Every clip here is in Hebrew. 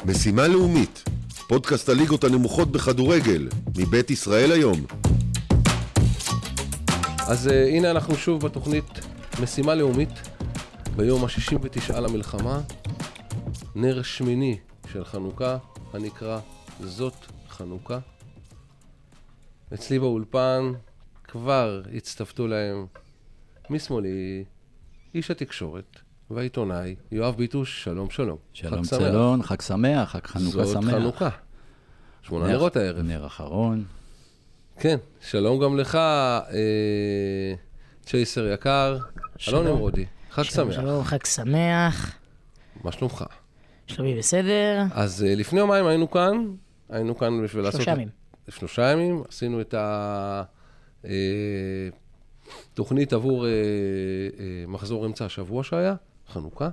משימה לאומית, פודקאסט הליגות הנמוכות בכדורגל, מבית ישראל היום. אז הנה אנחנו שוב בתוכנית משימה לאומית, ביום ה-69 למלחמה, נר שמיני של חנוכה, הנקרא זאת חנוכה. אצלי באולפן כבר הצטפתו להם משמאלי איש התקשורת והעיתונאי יואב ביטוש. שלום שלום. שלום צלון, חג שמח, חג חנוכה זאת שמח. זאת חנוכה, 8 נרות הערב. נר אחרון. כן, שלום גם לך, צ'ייסר יקר. אלון נמרודי, חג שמח. שלום, חג שמח. מה שלומך? שלומי בסדר. אז לפני יומיים היינו כאן בשביל לעשות... 3 ימים. 3 ימים, עשינו את התוכנית עבור מחזור אמצע השבוע שהיה, חנוכה,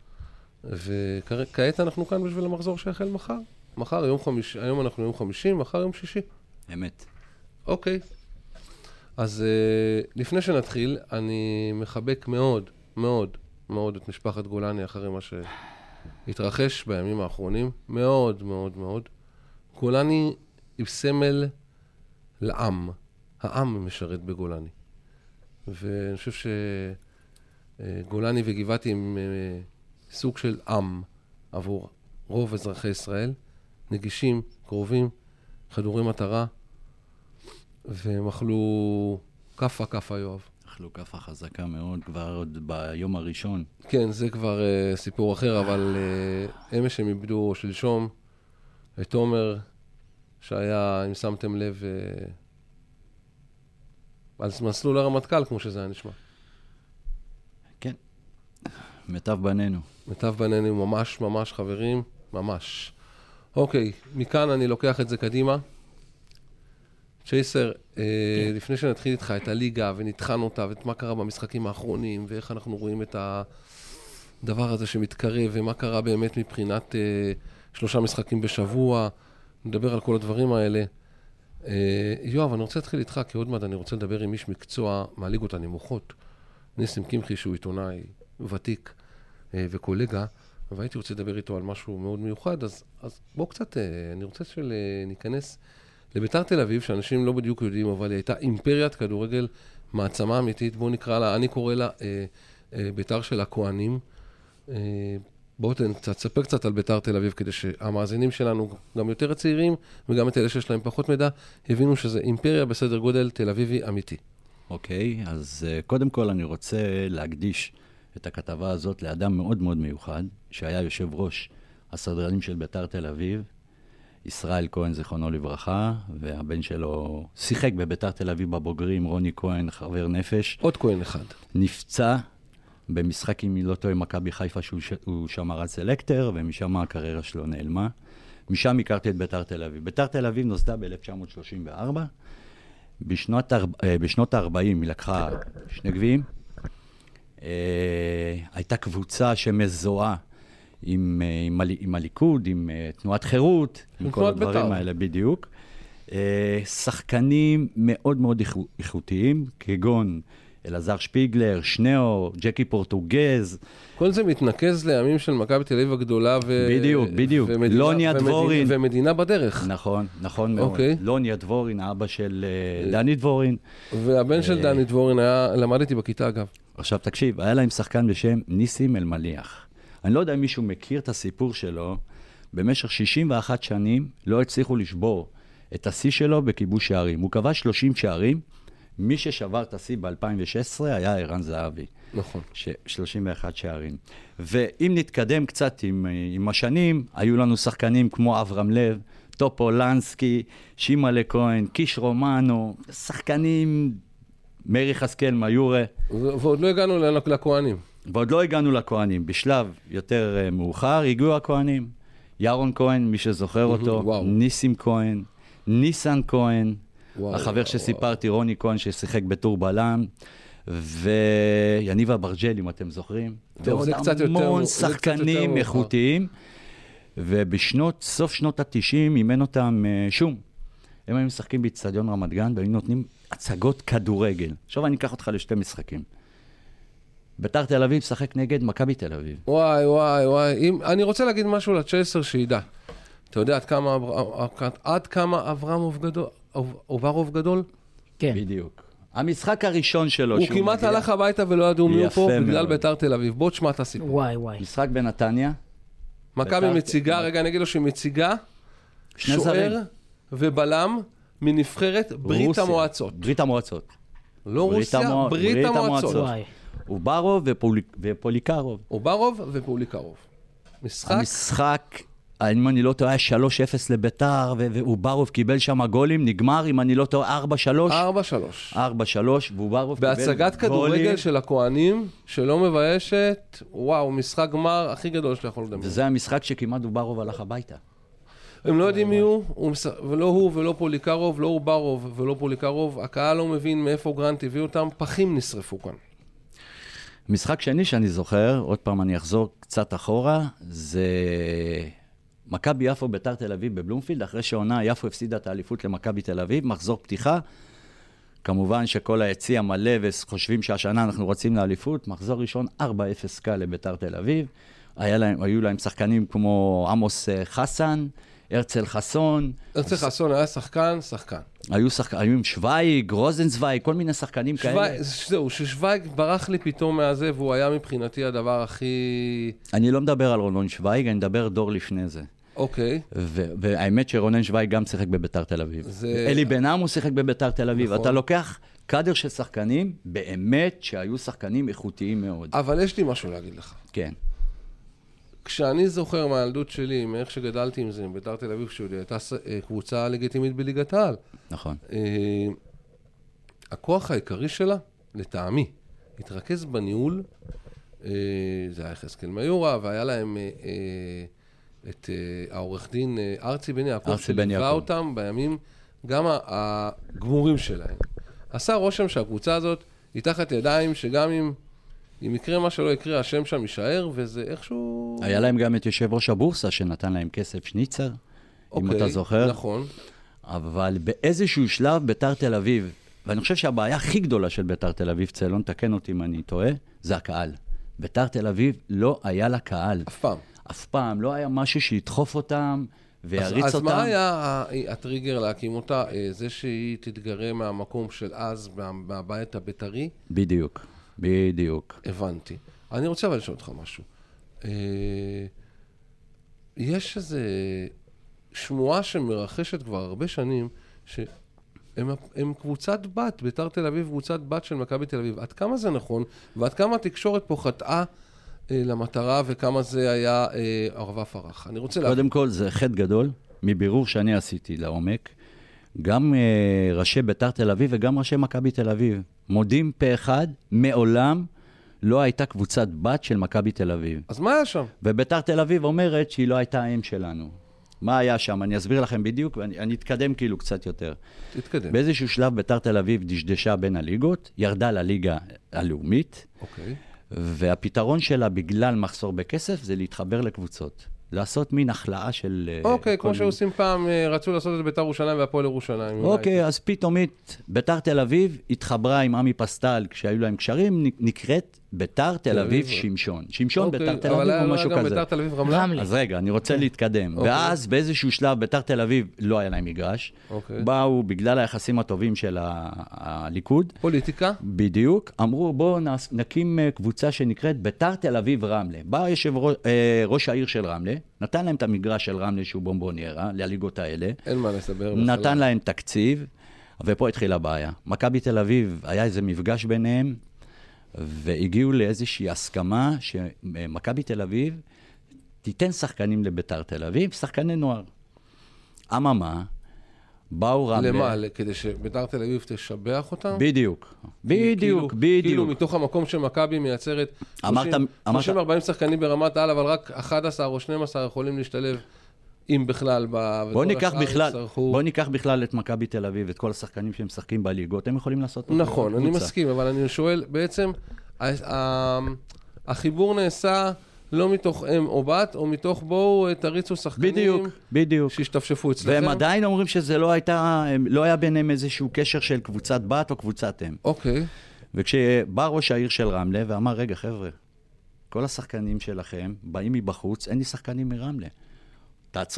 וכעת אנחנו כאן בשביל המחזור שהחל מחר. מחר, היום אנחנו יום חמישי, מחר יום שישי. אמת. אוקיי. אז לפני שנתחיל, אני מחבק מאוד, מאוד, מאוד את משפחת גולני אחרי מה שהתרחש בימים האחרונים. מאוד, מאוד, מאוד. גולני היא סמל לעם. העם משרת בגולני. ואני חושב שגולני וגבעתי הם סוג של עם עבור רוב אזרחי ישראל. נגישים, קרובים, חדורי מטרה. והם אכלו כפה יואב. אכלו כפה חזקה מאוד כבר עוד ביום הראשון. כן, זה כבר סיפור אחר, אבל אמש הם איבדו שלשום את תומר, שהיה, אם שמתם לב, על מסלול הרמטכ"ל, כמו שזה היה נשמע. כן, מיטב בנינו. מיטב בנינו, ממש ממש חברים, ממש. אוקיי, מכאן אני לוקח את זה קדימה. צ'ייסר, לפני שנתחיל איתך את הליגה ונתחן אותה ואת מה קרה במשחקים האחרונים ואיך אנחנו רואים את הדבר הזה שמתקרב ומה קרה באמת מבחינת 3 משחקים בשבוע, נדבר על כל הדברים האלה. יואב, אני רוצה להתחיל איתך, כי עוד מעט אני רוצה לדבר עם איש מקצוע מהליגות הנמוכות, ניסים קמחי, שהוא עיתונאי ותיק וקולגה, והייתי רוצה לדבר איתו על משהו מאוד מיוחד, אז בואו קצת, אני רוצה שניכנס לביתר תל אביב, שאנשים לא בדיוק יודעים, אבל היא הייתה אימפריית כדורגל, מעצמה אמיתית, בואו נקרא לה, אני קורא לה ביתר של הכהנים. בואו תספר קצת על ביתר תל אביב, כדי שהמאזינים שלנו, גם יותר הצעירים, וגם את אלה שיש להם פחות מידע, הבינו שזה אימפריה בסדר גודל תל אביבי אמיתי. אוקיי, אז קודם כל אני רוצה להקדיש את הכתבה הזאת לאדם מאוד מאוד מיוחד, שהיה יושב ראש הסדרנים של ביתר תל אביב, ישראל כהן, זיכרונו לברכה, והבן שלו שיחק בביתר תל אביב בבוגרים, רוני כהן, חבר נפש. עוד כהן אחד. נפצע במשחק עם לא טועה מכבי חיפה, שהוא שם רץ סלקטר, ומשם הקריירה שלו נעלמה. משם הכרתי את ביתר תל אביב. ביתר תל אביב נוסדה ב-1934. בשנות ה-40 היא לקחה 2 גביעים. הייתה קבוצה שמזוהה עם הליכוד, עם תנועת חירות, עם כל הדברים האלה בדיוק. שחקנים מאוד מאוד איכותיים, כגון אלעזר שפיגלר, שניאור, ג'קי פורטוגז. כל זה מתנקז לימים של מכבי תל אביב הגדולה בדיוק. לוניה דבורין. ומדינה בדרך. נכון מאוד. לוניה דבורין, האבא של דני דבורין. והבן של דני דבורין למד איתי בכיתה אגב. עכשיו תקשיב, היה להם שחקן בשם ניסים אלמליח. אני לא יודע אם מישהו מכיר את הסיפור שלו, במשך 61 שנים לא הצליחו לשבור את השיא שלו בכיבוש שערים. הוא כבש 30 שערים, מי ששבר את השיא ב-2016 היה ערן זהבי. נכון. 31 שערים. ואם נתקדם קצת עם השנים, היו לנו שחקנים כמו אברהם לב, טופולנסקי, שימאלה כהן, קיש רומנו, שחקנים, מרי חסקל, מיורה. ועוד לא הגענו לכהנים. בשלב יותר מאוחר הגיעו הכהנים. ירון כהן, מי שזוכר אותו, ניסים כהן, ניסן כהן, החבר שסיפרתי, רוני כהן, ששיחק בטור בלם, ויניב אברג'ל, אם אתם זוכרים. ועוד המון שחקנים איכותיים. ובסוף שנות ה-90 אימן אותם שום. הם היו משחקים באצטדיון רמת גן, והיו נותנים הצגות כדורגל. עכשיו אני אקח אותך ל2 משחקים. ביתר תל אביב שחק נגד מכבי תל אביב. וואי. אני רוצה להגיד משהו לצ'ייסר שידע. אתה יודע עד כמה אוברוב גדול? כן. בדיוק. המשחק הראשון שלו, הוא כמעט הלך הביתה ולא ידעו מי הוא פה, בגלל בית"ר תל אביב. בוא תשמע את הסיפור. וואי. משחק בנתניה. מכבי מציגה, רגע אני אגיד לו שהיא מציגה, שוער ובלם מנבחרת ברית המועצות. ברית המועצות. לא רוסיה, ברית המועצות. וואי. אוברוב ופוליקרוב. אוברוב ופוליקרוב. המשחק, אם אני לא טועה, 3-0 לביתר, ואוברוב קיבל שם גולים, נגמר, אם אני לא טועה, 4-3. 4-3, ואוברוב קיבל גולים. בהצגת כדורגל של הכהנים, שלא מביישת, וואו, משחק גמר הכי גדול שאתה יכול לדמיין. וזה המשחק שכמעט אוברוב הלך הביתה. הם לא יודעים מי הוא, ולא הוא ולא פוליקרוב, לא אוברוב ולא פוליקרוב, הקהל לא מבין מאיפה גרנט הביא אותם, פחים נשרפו כאן. משחק שני שאני זוכר, עוד פעם אני אחזור קצת אחורה, זה מכבי יפו ביתר תל אביב בבלומפילד, אחרי שעונה יפו הפסידה את האליפות למכבי תל אביב, מחזור פתיחה, כמובן שכל היציע מלא וחושבים שהשנה אנחנו רוצים לאליפות, מחזור ראשון 4-0 קל לביתר תל אביב, היו להם שחקנים כמו עמוס חסן, הרצל חסון. הרצל חסון היה שחקן. היו עם שווייג, רוזנצווייג, כל מיני שחקנים כאלה. זהו, ששווייג ברח לי פתאום מהזה, והוא היה מבחינתי הדבר הכי... אני לא מדבר על רונן שווייג, אני מדבר דור לפני זה. אוקיי. והאמת שרונן שווייג גם שיחק בביתר תל אביב. אלי בן-עם הוא שיחק בביתר תל אביב. אתה לוקח קאדר של שחקנים, באמת שהיו שחקנים איכותיים מאוד. אבל יש לי משהו להגיד לך. כן. כשאני זוכר מהילדות שלי, מאיך שגדלתי עם זה, עם בית"ר תל אביב, כשהיא הייתה קבוצה לגיטימית בליגת העל. נכון. הכוח העיקרי שלה, לטעמי, התרכז בניהול, זה היה יחזקאל מיורה, והיה להם את העורך דין ארצי בן יעקב, שליווה אותם בימים גם הגמורים שלהם. עשה רושם שהקבוצה הזאת היא תחת ידיים שגם אם יקרה מה שלא יקרה, השם שם יישאר, וזה איכשהו... היה להם גם את יושב ראש הבורסה, שנתן להם כסף שניצר, אם אתה זוכר. נכון. אבל באיזשהו שלב ביתר תל אביב, ואני חושב שהבעיה הכי גדולה של ביתר תל אביב, צלון, תקן אותי אם אני טועה, זה הקהל. ביתר תל אביב לא היה לה קהל. אף פעם. אף פעם, לא היה משהו שידחוף אותם ויריץ אותם. אז מה היה הטריגר להקים אותה? זה שהיא תתגרה מהמקום של אז, מהבית הבית"רי? בדיוק. הבנתי. אני רוצה אבל לשאול אותך משהו. יש איזו שמועה שמרחשת כבר הרבה שנים, שהם קבוצת בת, בית"ר תל אביב, קבוצת בת של מכבי תל אביב. עד כמה זה נכון, ועד כמה התקשורת פה חטאה למטרה, וכמה זה היה ערבה פרח. אני רוצה קודם כל, זה חטא גדול, מבירור שאני עשיתי לעומק. גם ראשי בית"ר תל אביב וגם ראשי מכבי תל אביב מודים פה אחד, מעולם לא הייתה קבוצת בת של מכבי תל אביב. אז מה היה שם? ובית"ר תל אביב אומרת שהיא לא הייתה האם שלנו. מה היה שם? אני אסביר לכם בדיוק, ואני אתקדם כאילו קצת יותר. תתקדם. באיזשהו שלב בית"ר תל אביב דשדשה בין הליגות, ירדה לליגה הלאומית, אוקיי. והפתרון שלה בגלל מחסור בכסף זה להתחבר לקבוצות. לעשות מין החלאה של... אוקיי, כמו שעושים פעם, רצו לעשות את בית"ר ירושלים והפועל ירושלים. אוקיי, אז פתאומית, בית"ר תל אביב התחברה עם עמי פסטל, כשהיו להם קשרים, נקראת בית"ר תל אביב שמשון. שמשון בית"ר תל אביב או משהו כזה. אבל היה גם בית"ר תל אביב רמלה? אז רגע, אני רוצה להתקדם. ואז באיזשהו שלב בית"ר תל אביב לא היה להם מגרש. באו בגלל היחסים הטובים של הליכוד. פוליטיקה. בדיוק. אמרו, בואו נקים קבוצה שנקראת בית"ר תל אביב רמלה. בא ראש העיר של רמלה, נתן להם את המגרש של רמלה שהוא בומבוניירה, לליגות האלה. אין מה לסבר. נתן להם תקציב, ופה התחילה הבעיה. מכבי תל אביב, היה איזה מפגש ביניהם, והגיעו לאיזושהי הסכמה שמכבי תל אביב תיתן שחקנים לבית"ר תל אביב, שחקני נוער. אממה, באו רמלה... למה? כדי שבית"ר תל אביב תשבח אותם? בדיוק. כאילו מתוך המקום שמכבי מייצרת 30-40 שחקנים ברמת העל, אבל רק 11 או 12 יכולים להשתלב, אם בכלל, בוא ניקח בכלל את מכבי תל אביב, את כל השחקנים שהם משחקים בליגות, הם יכולים לעשות... נכון, אני מסכים, אבל אני שואל, בעצם, החיבור נעשה לא מתוך אם או בת, או מתוך בואו תריצו שחקנים... בדיוק. שהשתפשפו אצלכם. והם עדיין אומרים שזה לא היה ביניהם איזשהו קשר של קבוצת בת או קבוצת אם. אוקיי. וכשבא ראש העיר של רמלה ואמר, רגע חבר'ה, כל השחקנים שלכם באים מבחוץ, אין לי שחקנים מרמלה. תעצרו.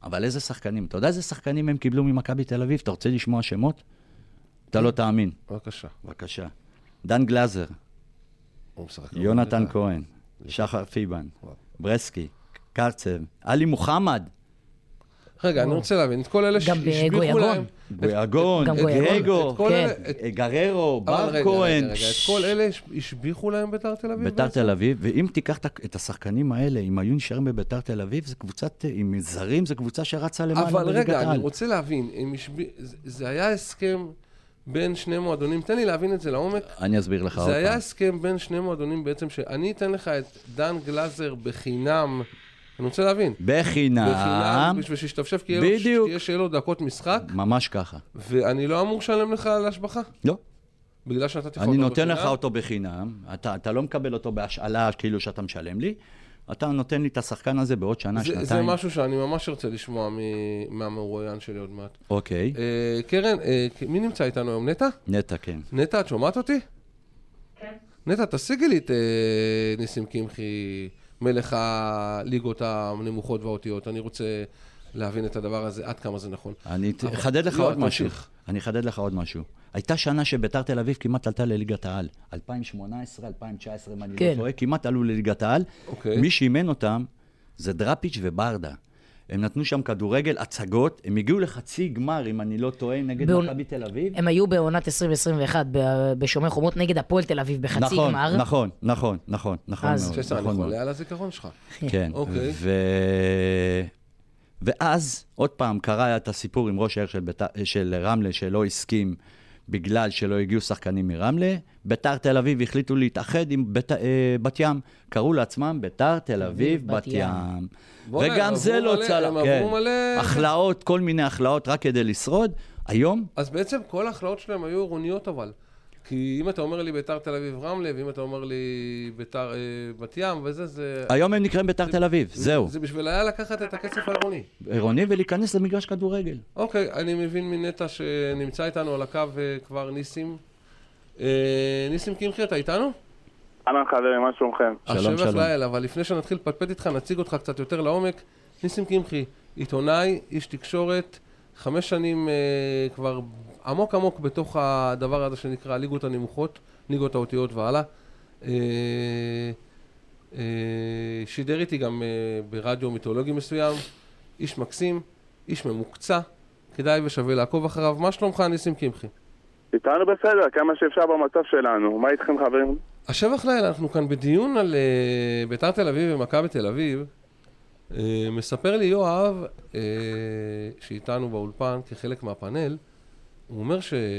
אבל איזה שחקנים? אתה יודע איזה שחקנים הם קיבלו ממכבי תל אביב? אתה רוצה לשמוע שמות? אתה לא תאמין. בבקשה. דן גלאזר, יונתן כהן, שחר פיבן, ברסקי, קרצב, עלי מוחמד. רגע, אני רוצה להבין, את כל אלה שהשביחו להם... גויגון, גרגו, גררו, בר כהן. את כל אלה השביחו להם ביתר תל אביב? ביתר תל אביב, ואם תיקח את השחקנים האלה, אם היו נשארים בביתר תל אביב, זה קבוצת, עם זרים, זה קבוצה שרצה למעלה בליגת העל. אבל רגע, אני רוצה להבין, זה היה הסכם בין שני מועדונים, תן לי להבין את זה לעומק. אני אסביר לך עוד פעם. זה היה הסכם בין שני מועדונים בעצם, שאני אתן לך את דן גלאזר בחינם, אני רוצה להבין. בחינם. בשביל שישתפשף, כי יש לו דקות משחק. ממש ככה. ואני לא אמור לשלם לך על השבחה? לא. בגלל שאתה תיכון אותו בחינם? אני נותן לך אותו בחינם, אתה לא מקבל אותו בהשאלה כאילו שאתה משלם לי, אתה נותן לי את השחקן הזה בעוד שנה, שנתיים. זה משהו שאני ממש רוצה לשמוע מהמרואיין שלי עוד מעט. אוקיי. קרן, מי נמצא איתנו היום? נטע? נטע, כן. נטע, את שומעת אותי? כן. נטע, תשיגי לי את ניסים קמחי, מלך הליגות הנמוכות והאותיות. אני רוצה להבין את הדבר הזה, עד כמה זה נכון. אני אחדד לך עוד משהו. הייתה שנה שביתר תל אביב כמעט עלתה לליגת העל. 2018, 2019, אם אני לא טועה, כמעט עלו לליגת העל. מי שאימן אותם זה דראפיץ' וברדה. הם נתנו שם כדורגל, הצגות, הם הגיעו לחצי גמר, אם אני לא טועה, נגד מכבי תל אביב. הם היו בעונת 2021, בשומר חומות, נגד הפועל תל אביב בחצי גמר. נכון. שסע, אני חולה על הזיכרון שלך. כן, ואז, עוד פעם, קרה את הסיפור עם ראש העיר של רמלה, שלא הסכים בגלל שלא הגיעו שחקנים מרמלה. ביתר תל אביב החליטו להתאחד עם בת ים. קראו לעצמם ביתר תל אביב בת ים. וגם זה לא צלח. החלאות, כל מיני החלאות, רק כדי לשרוד. היום... אז בעצם כל ההחלאות שלהם היו עירוניות אבל. כי אם אתה אומר לי ביתר תל אביב רמלה, ואם אתה אומר לי ביתר בת ים, וזה זה... היום הם נקראים ביתר תל אביב, זהו. זה בשביל היה לקחת את הכסף העירוני. עירוני ולהיכנס למגרש כדורגל. אוקיי, אני מבין מנטע שנמצא איתנו על הקו כבר ניסים. ניסים קמחי, אתה איתנו? אהלן חברים, מה שלומכם? השבח לאל, אבל לפני שנתחיל לפטפט איתך, נציג אותך קצת יותר לעומק. ניסים קמחי, עיתונאי, איש תקשורת, 5 שנים כבר עמוק עמוק בתוך הדבר הזה שנקרא הליגות הנמוכות, ליגות האותיות והלאה. שידר איתי גם ברדיו מיתולוגי מסוים, איש מקסים, איש ממוקצע, כדאי ושווה לעקוב אחריו. מה שלומך ניסים קמחי? איתנו בסדר, כמה שאפשר במצב שלנו. מה איתכם חברים? השבח לילה, אנחנו כאן בדיון על ביתר תל אביב ומכבי תל אביב. מספר לי יואב, שאיתנו באולפן כחלק מהפאנל, הוא אומר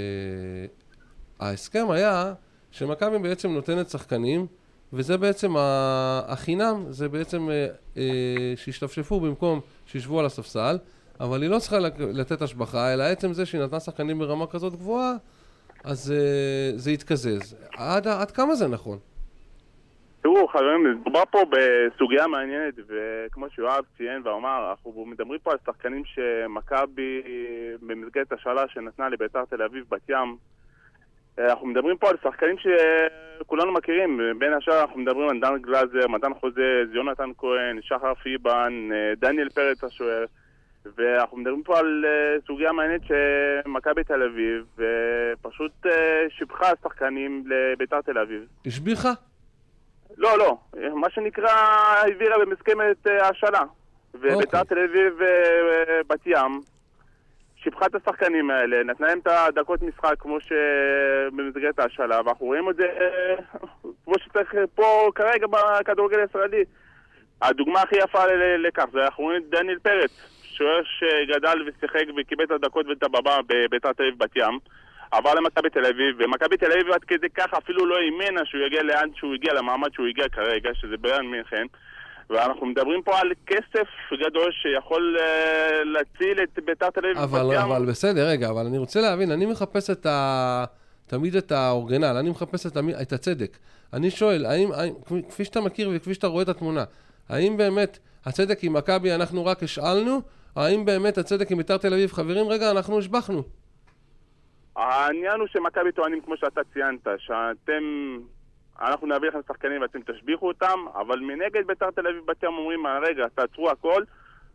שההסכם היה שמכבי בעצם נותנת שחקנים, וזה בעצם החינם, זה בעצם שהשתפשפו במקום שישבו על הספסל, אבל היא לא צריכה לתת השבחה, אלא עצם זה שהיא נתנה שחקנים ברמה כזאת גבוהה, אז זה יתקזז. עד כמה זה נכון? תראו חברים, מדובר פה בסוגיה מעניינת, וכמו שיואב ציין ואמר, אנחנו מדברים פה על שחקנים שמכבי במסגרת השאלה שנתנה לביתר תל אביב בת ים. אנחנו מדברים פה על שחקנים שכולנו מכירים, בין השאר אנחנו מדברים על דן גלאזר, מתן חוזז, יונתן כהן, שחר פיבן, דניאל פרץ השוער, ואנחנו מדברים פה על סוגיה מעניינת שמכבי תל אביב פשוט שיבחה שחקנים לביתר תל אביב. השביחה? לא, מה שנקרא העבירה במסכמת השאלה. וביתר תל אביב בת ים שיבחה את השחקנים האלה, נתנה להם את הדקות משחק כמו שבמסגרת השאלה, ואנחנו רואים את זה כמו שצריך פה כרגע בכדורגל הישראלי. הדוגמה הכי יפה לכך זה אנחנו רואים את דניאל פרץ, שוער שגדל ושיחק וקיבל את הדקות ואת הבמה בביתר תל אביב בת ים, עבר למכבי תל אביב, ומכבי תל אביב עד כדי כך אפילו לא אימנה שהוא יגיע לאן שהוא הגיע, למעמד שהוא הגיע כרגע, שזה ביירן מינכן, ואנחנו מדברים פה על כסף גדול שיכול להציל את ביתר תל אביב בת ים. אבל בסדר, רגע, אבל אני רוצה להבין, אני מחפש תמיד את האורגנל, אני מחפש את הצדק. אני שואל, כפי שאתה מכיר וכפי שאתה רואה את התמונה, האם באמת הצדק עם מכבי אנחנו רק השאלנו, או האם באמת הצדק עם ביתר תל אביב, חברים, רגע, אנחנו השבחנו? העניין הוא שמכבי טוענים, כמו שאתה ציינת, אנחנו נביא לכם שחקנים ואתם תשביחו אותם, אבל מנגד ביתר תל אביב בת ים אומרים, רגע, תעצרו הכל,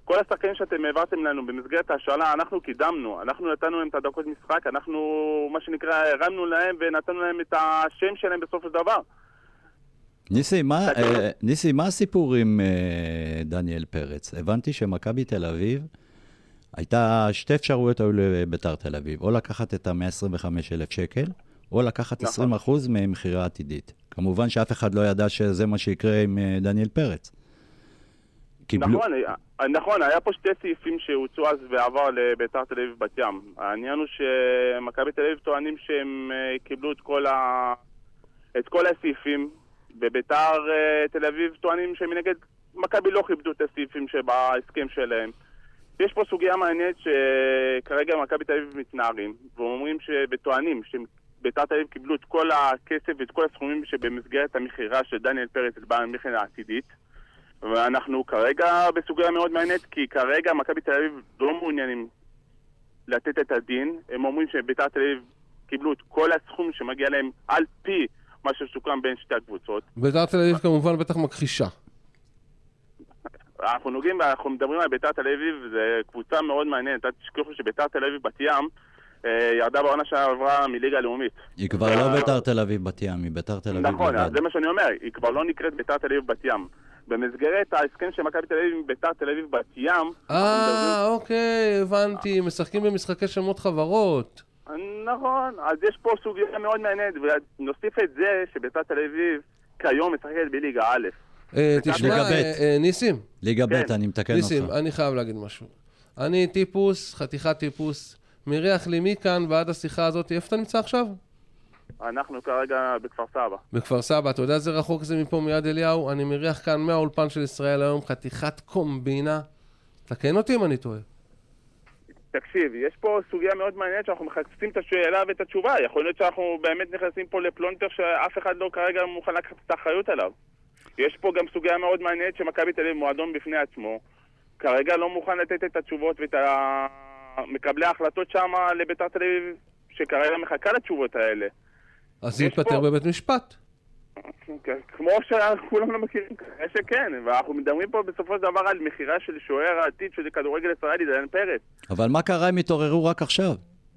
כל השחקנים שאתם העברתם לנו במסגרת ההשאלה, אנחנו קידמנו, אנחנו נתנו להם את הדקות משחק, אנחנו, מה שנקרא, הרמנו להם ונתנו להם את השם שלהם בסוף הדבר. ניסי, מה הסיפור עם דניאל פרץ? הבנתי שמכבי תל אביב, הייתה שתי אפשרויות היו לביתר תל אביב, או לקחת את ה-125,000 שקל, או לקחת 20% ממחירה עתידית. כמובן שאף אחד לא ידע שזה מה שיקרה עם דניאל פרץ. נכון, היה פה שתי סעיפים שהוצאו אז ועבר לביתר תל אביב בת ים. העניין הוא שמכבי תל אביב טוענים שהם קיבלו את כל הסעיפים, בביתר תל אביב טוענים שמנגד מכבי לא חיבדו את הסעיפים שבהסכם שלהם. יש פה סוגיה מעניינת שכרגע מכבי תל אביב מתנערים, ואומרים וטוענים שביתר תל אביב קיבלו את כל הכסף ואת כל הסכומים שבמסגרת המחירה של דניאל פרץ את בעל המחיר העתידית. ואנחנו כרגע בסוגיה מאוד מעניינת, כי כרגע מכבי תל אביב לא מעוניינים לתת את הדין. הם אומרים שביתר תל אביב קיבלו את כל הסכום שמגיע להם על פי מה שסוכם בין שתי הקבוצות. ביתר תל אביב כמובן בטח מכחישה. אנחנו מדברים על ביתר תל אביב, זו קבוצה מאוד מעניינת. אל תשכחו שביתר תל אביב בת ים ירדה בעונה שעברה מליגה לאומית. היא כבר לא ביתר תל אביב בת ים, היא ביתר תל אביב לבד. נכון, זה מה שאני אומר, היא כבר לא נקראת ביתר תל אביב בת ים. במסגרת ההסכם של מכבי תל אביב עם ביתר תל אביב בת ים... אוקיי, הבנתי, משחקים במשחקי שמות חברות. נכון, אז יש פה סוגיה מאוד מעניינת, ונוסיף את זה שביתר תל אביב כיום משחקת בליגה א'. תשמע, ניסים. ליגה ב', אני מתקן אותך. ניסים, אני חייב להגיד משהו. אני טיפוס, חתיכת טיפוס, מריח לי מכאן ועד השיחה הזאת. איפה אתה נמצא עכשיו? אנחנו כרגע בכפר סבא. בכפר סבא, אתה יודע איזה רחוק זה מפה מיד אליהו? אני מריח כאן מהאולפן של ישראל היום, חתיכת קומבינה. תקן אותי אם אני טועה. תקשיב, יש פה סוגיה מאוד מעניינת שאנחנו מחפשים את השאלה ואת התשובה. יכול להיות שאנחנו באמת נכנסים פה לפלונטר שאף אחד לא כרגע מוכן לקחת את האחריות עליו. יש פה גם סוגיה מאוד מעניינת שמכבי תל אביב מועדון בפני עצמו. כרגע לא מוכן לתת את התשובות ואת מקבלי ההחלטות שם לביתר תל אביב שכרגע מחכה לתשובות האלה. אז זה יתפטר בבית משפט. כמו שכולם לא מכירים, כנראה שכן, ואנחנו מדברים פה בסופו של דבר על מחירה של שוער העתיד של כדורגל ישראלי, דניאל פרץ. אבל מה קרה אם התעוררו רק עכשיו?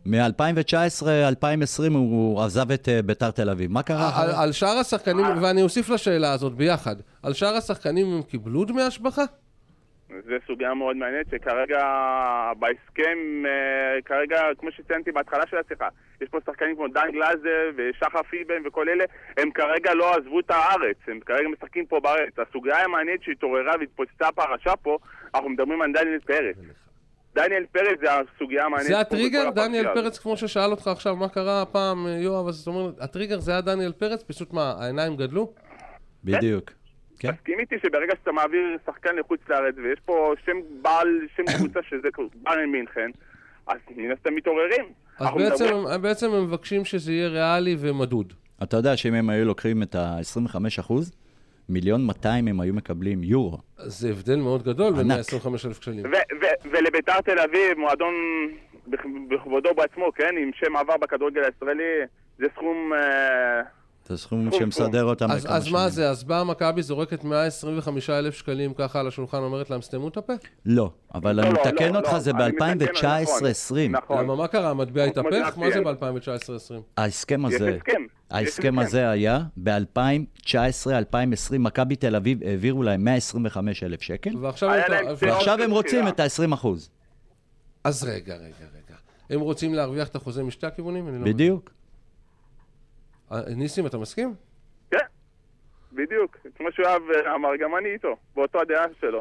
מ-2019-2020 הוא עזב את ביתר תל אביב. מה קרה? על שאר השחקנים, ואני אוסיף לשאלה הזאת ביחד, על שאר השחקנים הם קיבלו דמי השבחה? זו סוגיה מאוד מעניינת שכרגע בהסכם, כרגע, כמו שציינתי בהתחלה של השיחה, יש פה שחקנים כמו דן גלאזר ושחר פיבן וכל אלה, הם כרגע לא עזבו את הארץ, הם כרגע משחקים פה בארץ. הסוגיה המעניינת שהתעוררה והתפוצצה פרשה פה, אנחנו מדברים על דניאל פרץ. דניאל פרץ זה הסוגיה המעניינת. זה הטריגר? דניאל פרץ, כמו ששאל אותך עכשיו, מה קרה הפעם, יואב, אז זאת אומרת, הטריגר זה היה דניאל פרץ, פשוט מה, העיניים גדלו? בדיוק. תסכים איתי שברגע שאתה מעביר שחקן לחוץ לארץ ויש פה שם קבוצה שזה ביירן מינכן, אז מן הסתם מתעוררים. אז בעצם הם מבקשים שזה יהיה ריאלי ומדוד. אתה יודע שאם הם היו לוקחים את ה-25%, 1,200,000 הם היו מקבלים יורו. זה הבדל מאוד גדול בין 125,000 שקלים. ולביתר תל אביב, מועדון בכבודו בעצמו, כן, עם שם עבר בכדורגל הישראלי, זה סכום... זה סכום שמסדר אותם. אז מה זה? אז באה מכבי זורקת 125,000 שקלים ככה על השולחן, אומרת להם, סתמו את הפה? לא, אבל אני מתקן אותך, זה ב-2019-2020. למה, מה קרה? המטבע התהפך? מה זה ב-2019-2020? ההסכם הזה היה ב-2019-2020, מכבי תל אביב העבירו להם 125,000 שקל, ועכשיו הם רוצים את ה-20%. אז רגע. הם רוצים להרוויח את החוזה משתי הכיוונים? בדיוק. ניסים, אתה מסכים? כן, בדיוק. כמו שאוהב אמר, גם אני איתו, באותו הדעה שלו.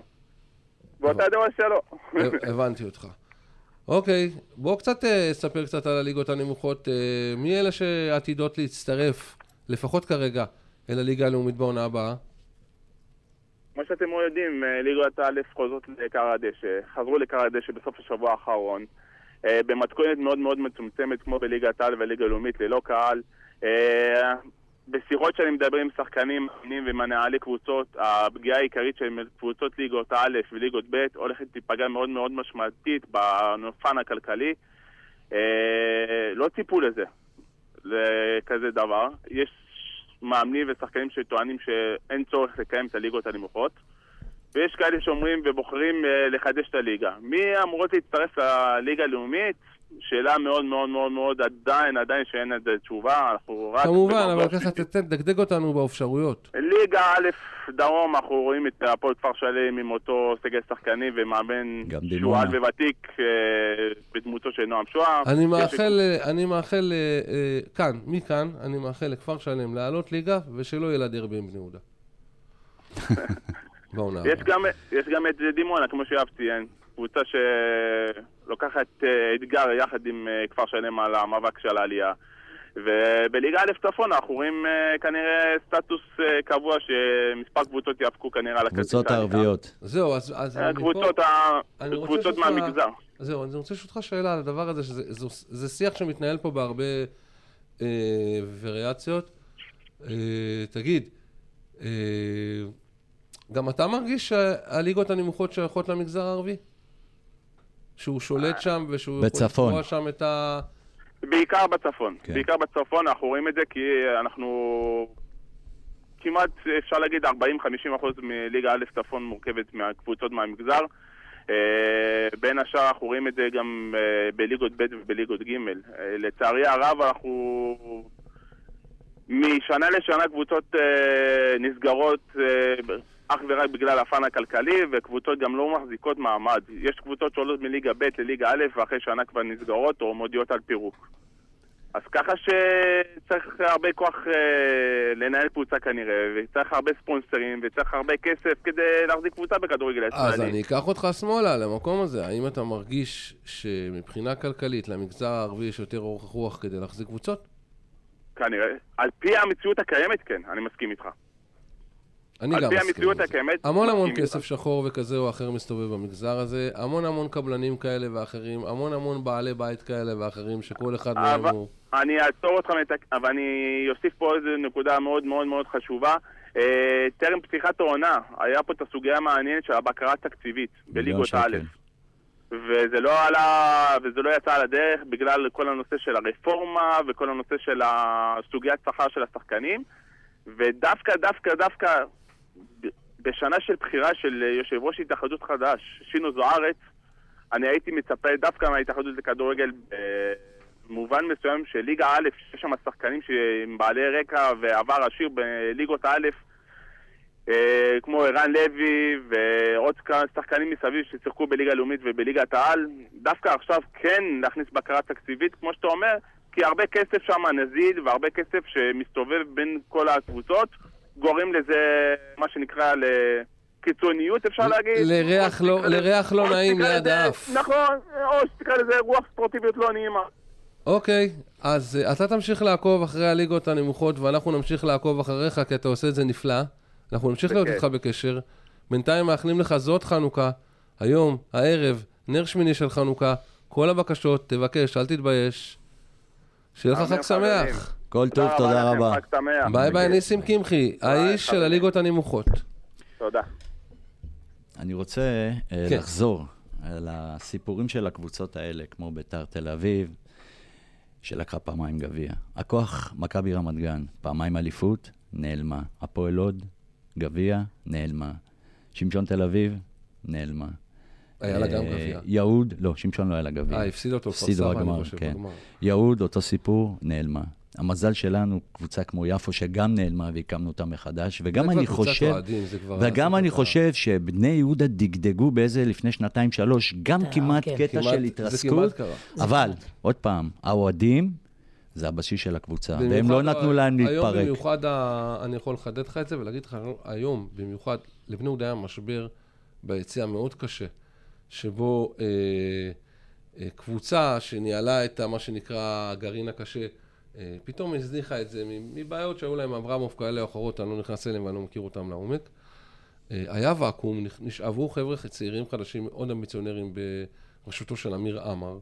הבנתי אותך. אוקיי, בואו ספר קצת על הליגות הנמוכות. מי אלה שעתידות להצטרף, לפחות כרגע, אל הליגה הלאומית בעונה הבאה? כמו שאתם יודעים, ליגות א' חוזרות לקר הדשא. חזרו לקר הדשא בסוף השבוע האחרון. במתכונת מאוד מאוד מצומצמת, כמו בליגת העל וליגה הלאומית, ללא קהל. בשיחות שאני מדבר עם שחקנים ומנהלי קבוצות, הפגיעה העיקרית של קבוצות ליגות א' וליגות ב' הולכת תיפגע מאוד מאוד משמעותית בנופן הכלכלי. לא ציפו לזה, לכזה דבר. יש מאמנים ושחקנים שטוענים שאין צורך לקיים את הליגות הנמוכות. ויש כאלה שאומרים ובוחרים לחדש את הליגה. מי אמורות להצטרף לליגה הלאומית? שאלה מאוד מאוד מאוד מאוד עדיין שאין את תשובה. כמובן, אבל ככה תדגדג אותנו באפשרויות. ליגה א' דרום, אנחנו רואים את הפועל כפר שלם עם אותו סגל שחקני ומאמן שועל וותיק בדמותו של נועם שוהם. אני מאחל כאן, מכאן, אני מאחל לכפר שלם לעלות ליגה ושלא יהיה לה דרבי עם בני יהודה. יש גם את דימונה, כמו שיואב ציין, קבוצה שלוקחת אתגר יחד עם כפר שלם על המאבק של העלייה. ובליגה א' צפון אנחנו רואים כנראה סטטוס קבוע שמספר קבוצות יאבקו כנראה על הכרטיסה. קבוצות הערביות. זהו, אז קבוצות מהמגזר. זהו, אני רוצה לשאול אותך שאלה על הדבר הזה, שזה שיח שמתנהל פה בהרבה וריאציות. תגיד, גם אתה מרגיש שהליגות הנמוכות שייכות למגזר הערבי? שהוא שולט שם ושהוא יכול לקרוא שם את ה... בעיקר בצפון. כן. בעיקר בצפון אנחנו רואים את זה כי אנחנו כמעט אפשר להגיד 40-50% מליגה א' צפון מורכבת מהקבוצות מהמגזר. בין השאר אנחנו רואים את זה גם בליגות ב' ובליגות ג'. לצערי הרב אנחנו משנה לשנה קבוצות נסגרות אך ורק בגלל הפן הכלכלי, וקבוצות גם לא מחזיקות מעמד. יש קבוצות שעולות מליגה ב' לליגה א', ואחרי שנה כבר נסגרות או מודיעות על פירוק. אז ככה שצריך הרבה כוח לנהל קבוצה כנראה, וצריך הרבה ספונסרים, וצריך הרבה כסף כדי להחזיק קבוצה בכדורגל הישראלי. אז אני אקח אותך שמאלה למקום הזה. האם אתה מרגיש שמבחינה כלכלית למגזר הערבי יש יותר אורך רוח כדי להחזיק קבוצות? כנראה. על פי המציאות הקיימת, כן, אני מסכים איתך. אני גם מסכים עם זה. המון כסף שחור וכזה או אחר מסתובב במגזר הזה, המון קבלנים כאלה ואחרים, המון בעלי בית כאלה ואחרים שכל אחד מהם הוא... אני אעצור אותך, אבל אני אוסיף פה איזו נקודה מאוד מאוד מאוד חשובה. טרם פתיחת העונה, היה פה את הסוגיה המעניינת של הבקרה התקציבית בליגות א'. וזה לא עלה, וזה לא יצא על הדרך בגלל כל הנושא של הרפורמה וכל הנושא של הסוגיית שכר של השחקנים. ודווקא בשנה של בחירה של יושב ראש התאחדות חדש, שינו זוארץ, אני הייתי מצפה דווקא מההתאחדות לכדורגל במובן מסוים של ליגה א', שיש שם שחקנים שהם בעלי רקע ועבר עשיר בליגות א', כמו ערן לוי ועוד שחקנים מסביב ששיחקו בליגה לאומית ובליגת העל, דווקא עכשיו כן להכניס בקרה תקציבית, כמו שאתה אומר, כי הרבה כסף שם נזיל והרבה כסף שמסתובב בין כל הקבוצות, גורם לזה מה שנקרא לקיצוניות, אפשר להגיד. לריח לא נעים ליד האף. נכון, או שתקרא לזה רוח ספורטיביות לא נעימה. אוקיי, אז אתה תמשיך לעקוב אחרי הליגות הנמוכות, ואנחנו נמשיך לעקוב אחריך, כי אתה עושה את זה נפלא. אנחנו נמשיך להיות איתך בקשר. בינתיים מאחלים לך זאת חנוכה, היום, הערב, נר שמיני של חנוכה, כל הבקשות, תבקש, אל תתבייש. שיהיה לך חג שמח. כל טוב, תודה רבה. ביי ביי, ניסים קמחי, האיש של הליגות הנמוכות. תודה. אני רוצה לחזור על הסיפורים של הקבוצות האלה, כמו בית"ר תל אביב, שלקחה פעמיים גביע. הכוח מכבי רמת גן, פעמיים אליפות, נעלמה. הפועל לוד, גביע, נעלמה. שמשון תל אביב, נעלמה. היה לה גם גביע. יהוד, לא, שמשון לא היה לה גביע. הפסיד אותו פרסה, אני חושב, כן. יהוד, אותו סיפור, נעלמה. המזל שלנו, קבוצה כמו יפו, שגם נעלמה והקמנו אותה מחדש, וגם אני חושב שבני יהודה דגדגו באיזה לפני 2-3, גם כמעט קטע של התרסקות, אבל, עוד פעם, האוהדים, זה הבסיס של הקבוצה, והם לא נתנו להם להתפרק. היום במיוחד, אני יכול לחדד לך את זה ולהגיד לך, היום במיוחד, לבני יהודה היה משבר ביציאה מאוד קשה, שבו קבוצה שניהלה את מה שנקרא הגרעין הקשה, פתאום הזניחה את זה מבעיות שהיו להם אברמוב כאלה או אחרות, אני לא נכנס אליהם ואני לא מכיר אותם לעומק. היה ואקום, נשאבו חבר'ה צעירים חדשים, מאוד אמביציונרים בראשותו של אמיר עמר.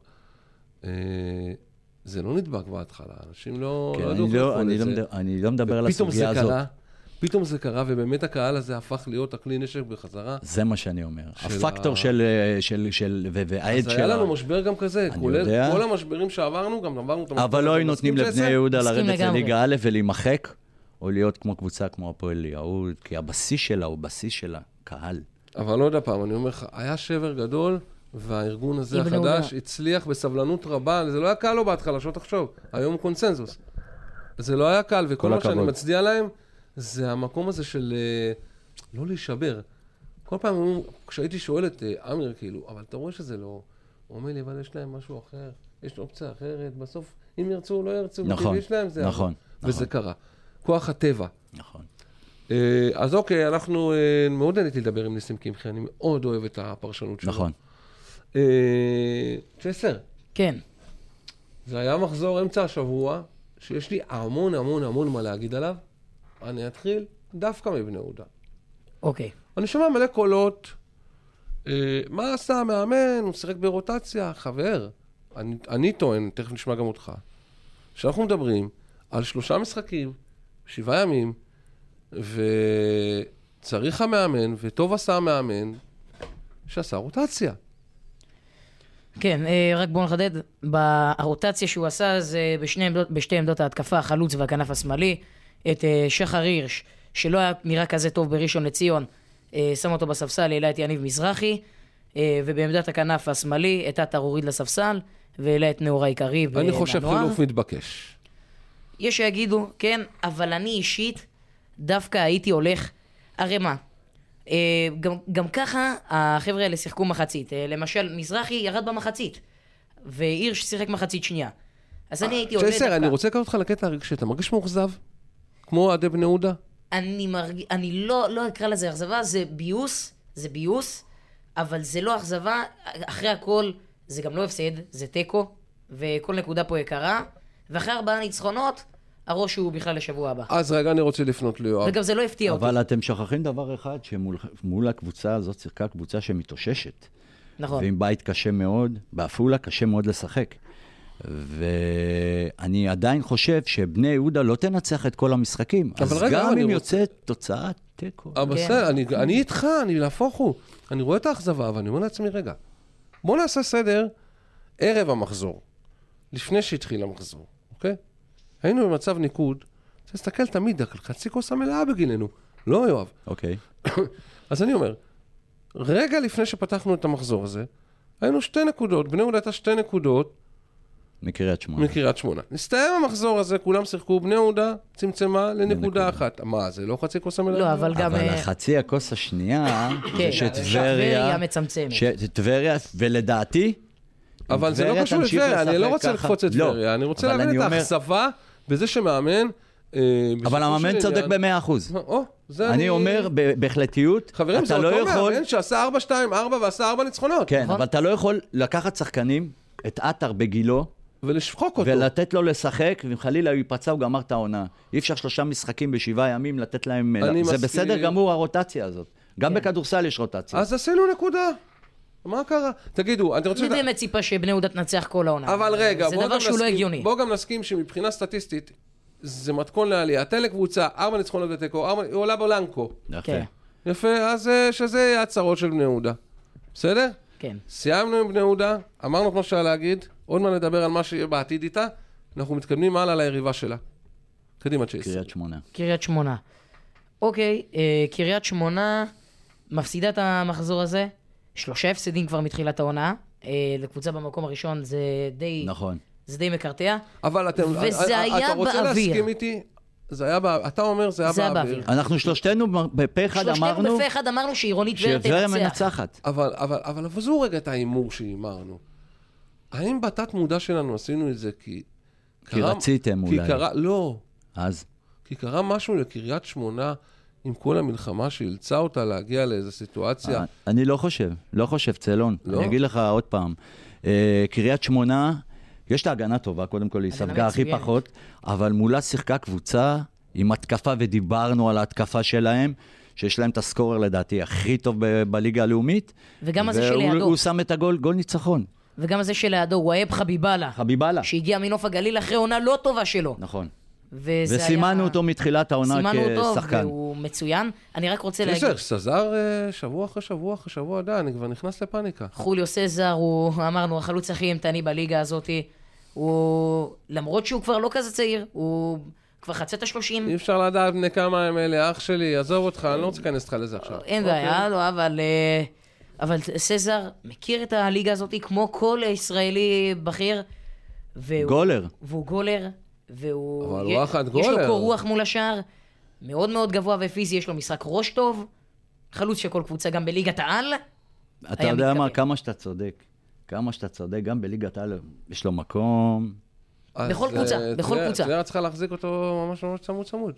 זה לא נדבק בהתחלה, אנשים לא ידעו אני לא מדבר על הסוגיה הזאת. פתאום זה קרה, ובאמת הקהל הזה הפך להיות הכלי נשק בחזרה. זה מה שאני אומר. הפקטור והעד אז היה לנו משבר גם כזה, כולל כל המשברים שעברנו, גם עברנו את המשבר. אבל לא היו נותנים לבני יהודה לרדת לליגה א' ולהימחק, או להיות כמו קבוצה כמו הפועל יהוד, כי הבסיס שלה הוא בסיס של הקהל. אבל לא יודע פעם, אני אומר לך, היה שבר גדול, והארגון הזה החדש הצליח בסבלנות רבה, זה לא היה קל לו בהתחלה, שלא תחשוב, היום הוא קונסנזוס. זה לא היה קל, וכל מה שאני מצדיע להם, זה המקום הזה של לא להישבר. כל פעם, כשהייתי שואל את אמיר, כאילו, אבל אתה רואה שזה לא, הוא אומר לי, אבל יש להם משהו אחר, יש אופציה אחרת, בסוף, אם ירצו או לא ירצו, נכון, יש להם זה. נכון. וזה קרה. כוח הטבע. נכון. אז אוקיי, אנחנו מאוד נהניתי לדבר עם ניסים קמחי, אני מאוד אוהב את הפרשנות שלו. נכון. צ'סר. כן. זה היה מחזור אמצע השבוע, שיש לי המון המון המון מה להגיד עליו. אני אתחיל דווקא מבני יהודה. אוקיי. אני שומע מלא קולות, מה עשה המאמן, הוא שיחק ברוטציה, חבר. אני טוען, תכף נשמע גם אותך, שאנחנו מדברים על 3 משחקים, 7 ימים, וצריך המאמן, וטוב עשה המאמן, שעשה רוטציה. כן, רק בואו נחדד, ברוטציה שהוא עשה זה בשתי עמדות ההתקפה, החלוץ והכנף השמאלי, את שחר הירש, שלא היה נראה כזה טוב בראשון לציון, שם אותו בספסל, העלה את יניב מזרחי, ובעמדת הכנף השמאלי, את עטר הוריד לספסל, והעלה את נאורי קריב. אני חושב חילוף מתבקש. יש שיגידו, כן, אבל אני אישית דווקא הייתי הולך, הרי מה, גם ככה החבר'ה האלה שיחקו מחצית, למשל מזרחי ירד במחצית, והירש שיחק מחצית שנייה, אז אני הייתי עולה דווקא. צ'סר, אני רוצה לקרוא אותך לקטע הרגשי, אתה מרגיש מאוכזב? כמו עדי בני יהודה? אני לא אקרא לזה אכזבה, זה ביוס, אבל זה לא אכזבה, אחרי הכל זה גם לא הפסד, זה טקו, וכל נקודה פה יקרה, ואחרי 4 ניצחונות, הראש הוא בכלל לשבוע הבא. אז רגע, אני רוצה לפנות ליואב. וגם זה לא הפתיע אותי. אבל אתם שוכחים דבר אחד, שמול הקבוצה הזאת שיחקה קבוצה שמתאוששת. נכון. ועם בית קשה מאוד, בעפולה קשה מאוד לשחק. ואני עדיין חושב שבני יהודה לא תנצח את כל המשחקים. אז רגע, גם אם יוצאת תוצאת טקו. אבל בסדר, אני איתך, אני להפוך הוא. אני רואה את האכזבה, אבל אני אומר לעצמי, רגע, בוא נעשה סדר ערב המחזור, לפני שהתחיל המחזור, אוקיי? היינו במצב ניקוד, צריך להסתכל תמיד על חצי כוס המלאה בגיננו, לא יואב. אוקיי. אז אני אומר, רגע לפני שפתחנו את המחזור הזה, היינו 2 נקודות, בני יהודה הייתה 2 נקודות, מקריית שמונה. נסתיים המחזור הזה, כולם שיחקו, בני יהודה צמצמה לנקודה אחת. מה, זה לא חצי כוס המלאה? לא, אבל גם... אבל החצי הכוס השנייה, זה שטבריה מצמצמת. טבריה, ולדעתי... אבל זה לא קשור לטבריה, אני לא רוצה לקפוץ את טבריה, אני רוצה להבין את האכזבה בזה שמאמן... אבל המאמן צודק ב-100%. אני אומר בהחלטיות, חברים, זה אותו מאמן שעשה 4-2-4 ועשה 4 ניצחונות. כן, אבל אתה לא יכול לקחת שחקנים, את עטר בגילו, ולשחוק אותו. ולתת לו לשחק, ואם חלילה הוא ייפצע, הוא גמר את העונה. אי אפשר 3 משחקים ב7 ימים לתת להם... זה בסדר גמור הרוטציה הזאת. גם בכדורסל יש רוטציה. אז עשינו נקודה. מה קרה? תגידו, אני רוצה... אני באמת ציפה שבני יהודה תנצח כל העונה. אבל רגע, זה דבר שהוא לא הגיוני. בוא גם נסכים שמבחינה סטטיסטית, זה מתכון לעלייה. תן לקבוצה, 4 ניצחונות ותיקו, היא עולה בולנקו. יפה. יפה, אז שזה יהיה הצהרות של בני יהודה. בסדר? כן. סיימנו עם בני יהודה, אמרנו כמו שהיה להגיד, עוד מה נדבר על מה שיהיה בעתיד איתה, אנחנו מתקדמים הלאה ליריבה שלה. קדימה צ'ייס. קריית שמונה. אוקיי, קריית שמונה מפסידה את המחזור הזה, 3 הפסדים כבר מתחילת העונה, לקבוצה במקום הראשון זה די... נכון. זה די מקרטע. אבל אתה רוצה להסכים איתי? אתה אומר זה היה באוויר. אנחנו שלושתנו בפה אחד אמרנו... שלושתנו בפה אחד אמרנו שעירונית טבריה מנצחת. אבל עזבו רגע את האימור שאימרנו. האם בתת מודע שלנו עשינו את זה כי רציתם אולי. לא. אז? כי קרה משהו לקריית שמונה עם כל המלחמה שאילצה אותה להגיע לאיזו סיטואציה. אני לא חושב, צלון. אני אגיד לך עוד פעם. קריית שמונה... יש לה הגנה טובה, קודם כל היא ספגה הכי פחות, אבל מולה שיחקה קבוצה עם התקפה, ודיברנו על ההתקפה שלהם, שיש להם את הסקורר לדעתי הכי טוב בליגה הלאומית, וגם הזה שלידו. והוא שם את הגול, גול ניצחון. וגם הזה שלידו, הוא אהב חביבאללה. שהגיע מנוף הגליל אחרי עונה לא טובה שלו. נכון. וסימנו אותו מתחילת העונה כשחקן. סימנו אותו והוא מצוין. אני רק רוצה להגיד... סזר שבוע אחרי שבוע, אני כבר נכנס לפאניקה. חוליו סזר, אמרנו, החלוץ הכי אימתני בליגה הזאת. למרות שהוא כבר לא כזה צעיר, הוא כבר חצת 30. אי אפשר לדעת בני כמה הם אלה, אח שלי, עזוב אותך, אני לא רוצה להיכנס אותך לזה עכשיו. אין בעיה, לא, אבל סזר מכיר את הליגה הזאת כמו כל ישראלי בכיר. גולר. והוא גולר, אבל הוא וואחד יש לו גולר. קור רוח מול השאר, מאוד מאוד גבוה ופיזי, יש לו משחק ראש טוב, חלוץ של כל קבוצה גם בליגת העל. אתה יודע מה, כמה שאתה צודק, גם בליגת העל יש לו מקום. בכל קבוצה, בכל קבוצה. טבריה צריכה להחזיק אותו ממש צמוד.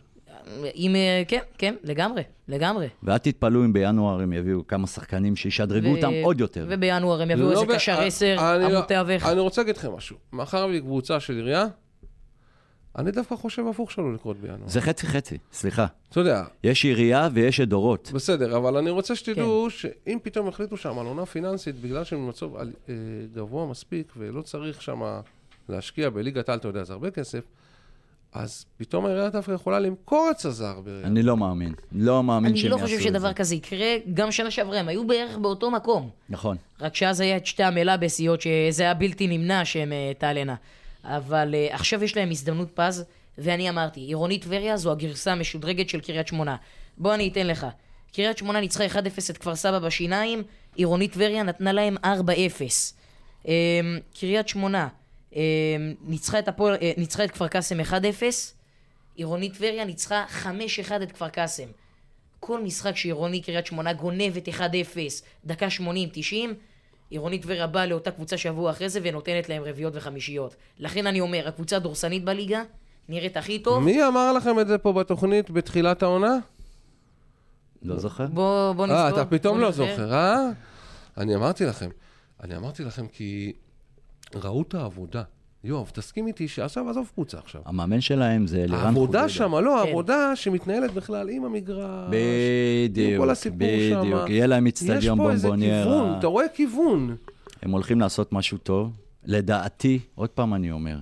כן, לגמרי. ואל תתפלאו אם בינואר הם יביאו כמה שחקנים שישדרגו אותם עוד יותר. ובינואר הם יביאו איזה קשר 10, עמוד תווך. אני רוצה להגיד לכם משהו. מאחר בקבוצה של עירייה, אני דווקא חושב הפוך שלו לקרות בינואר. זה חצי, סליחה. אתה יודע. יש עירייה ויש דורות. בסדר, אבל אני רוצה שתדעו שאם פתאום החליטו שם על עונה פיננסית, בגלל שהם במצב גבוה מספיק, ולא צריך שם להשקיע בליגת העל, אתה יודע, זה הרבה כסף, אז פתאום העירייה דווקא יכולה למכור את סזר. אני לא מאמין שהם יעשו את זה. אני לא חושב שדבר כזה יקרה, גם שנה שעברה, הם היו בערך באותו מקום. נכון. רק שאז היה את שתי המלאבסיות, שזה היה בלתי נמנע שהם תעלנה. אבל עכשיו יש להם הזדמנות פז, ואני אמרתי, עירונית טבריה זו הגרסה המשודרגת של קריית שמונה. בוא אני אתן לך. קריית שמונה ניצחה 1-0 את כפר סבא בשיניים, עירונית טבריה נתנה להם 4-0. קריית שמונה ניצחה את כפר קאסם 1-0, עירונית טבריה ניצחה 5-1 את כפר קאסם. כל משחק שעירוני קריית שמונה גונבת 1-0, דקה 80-90, עירונית טבריה באה לאותה קבוצה שבוע אחרי זה ונותנת להם רביעיות וחמישיות. לכן אני אומר, הקבוצה הדורסנית בליגה נראית הכי טוב. מי אמר לכם את זה פה בתוכנית בתחילת העונה? לא זוכר? בוא נזכור. אתה פתאום לא זוכר, אה? אני אמרתי לכם כי ראו את העבודה. יואב, תסכים איתי שעכשיו, עזוב קבוצה עכשיו. המאמן שלהם זה לירן חודדה. העבודה שם, לא, העבודה שמתנהלת בכלל עם המגרש. עם כל הסיפור שם. בדיוק. יהיה להם אצטדיון בומבוניירה. יש פה איזה כיוון, אתה רואה כיוון. הם הולכים לעשות משהו טוב. לדעתי, עוד פעם אני אומר,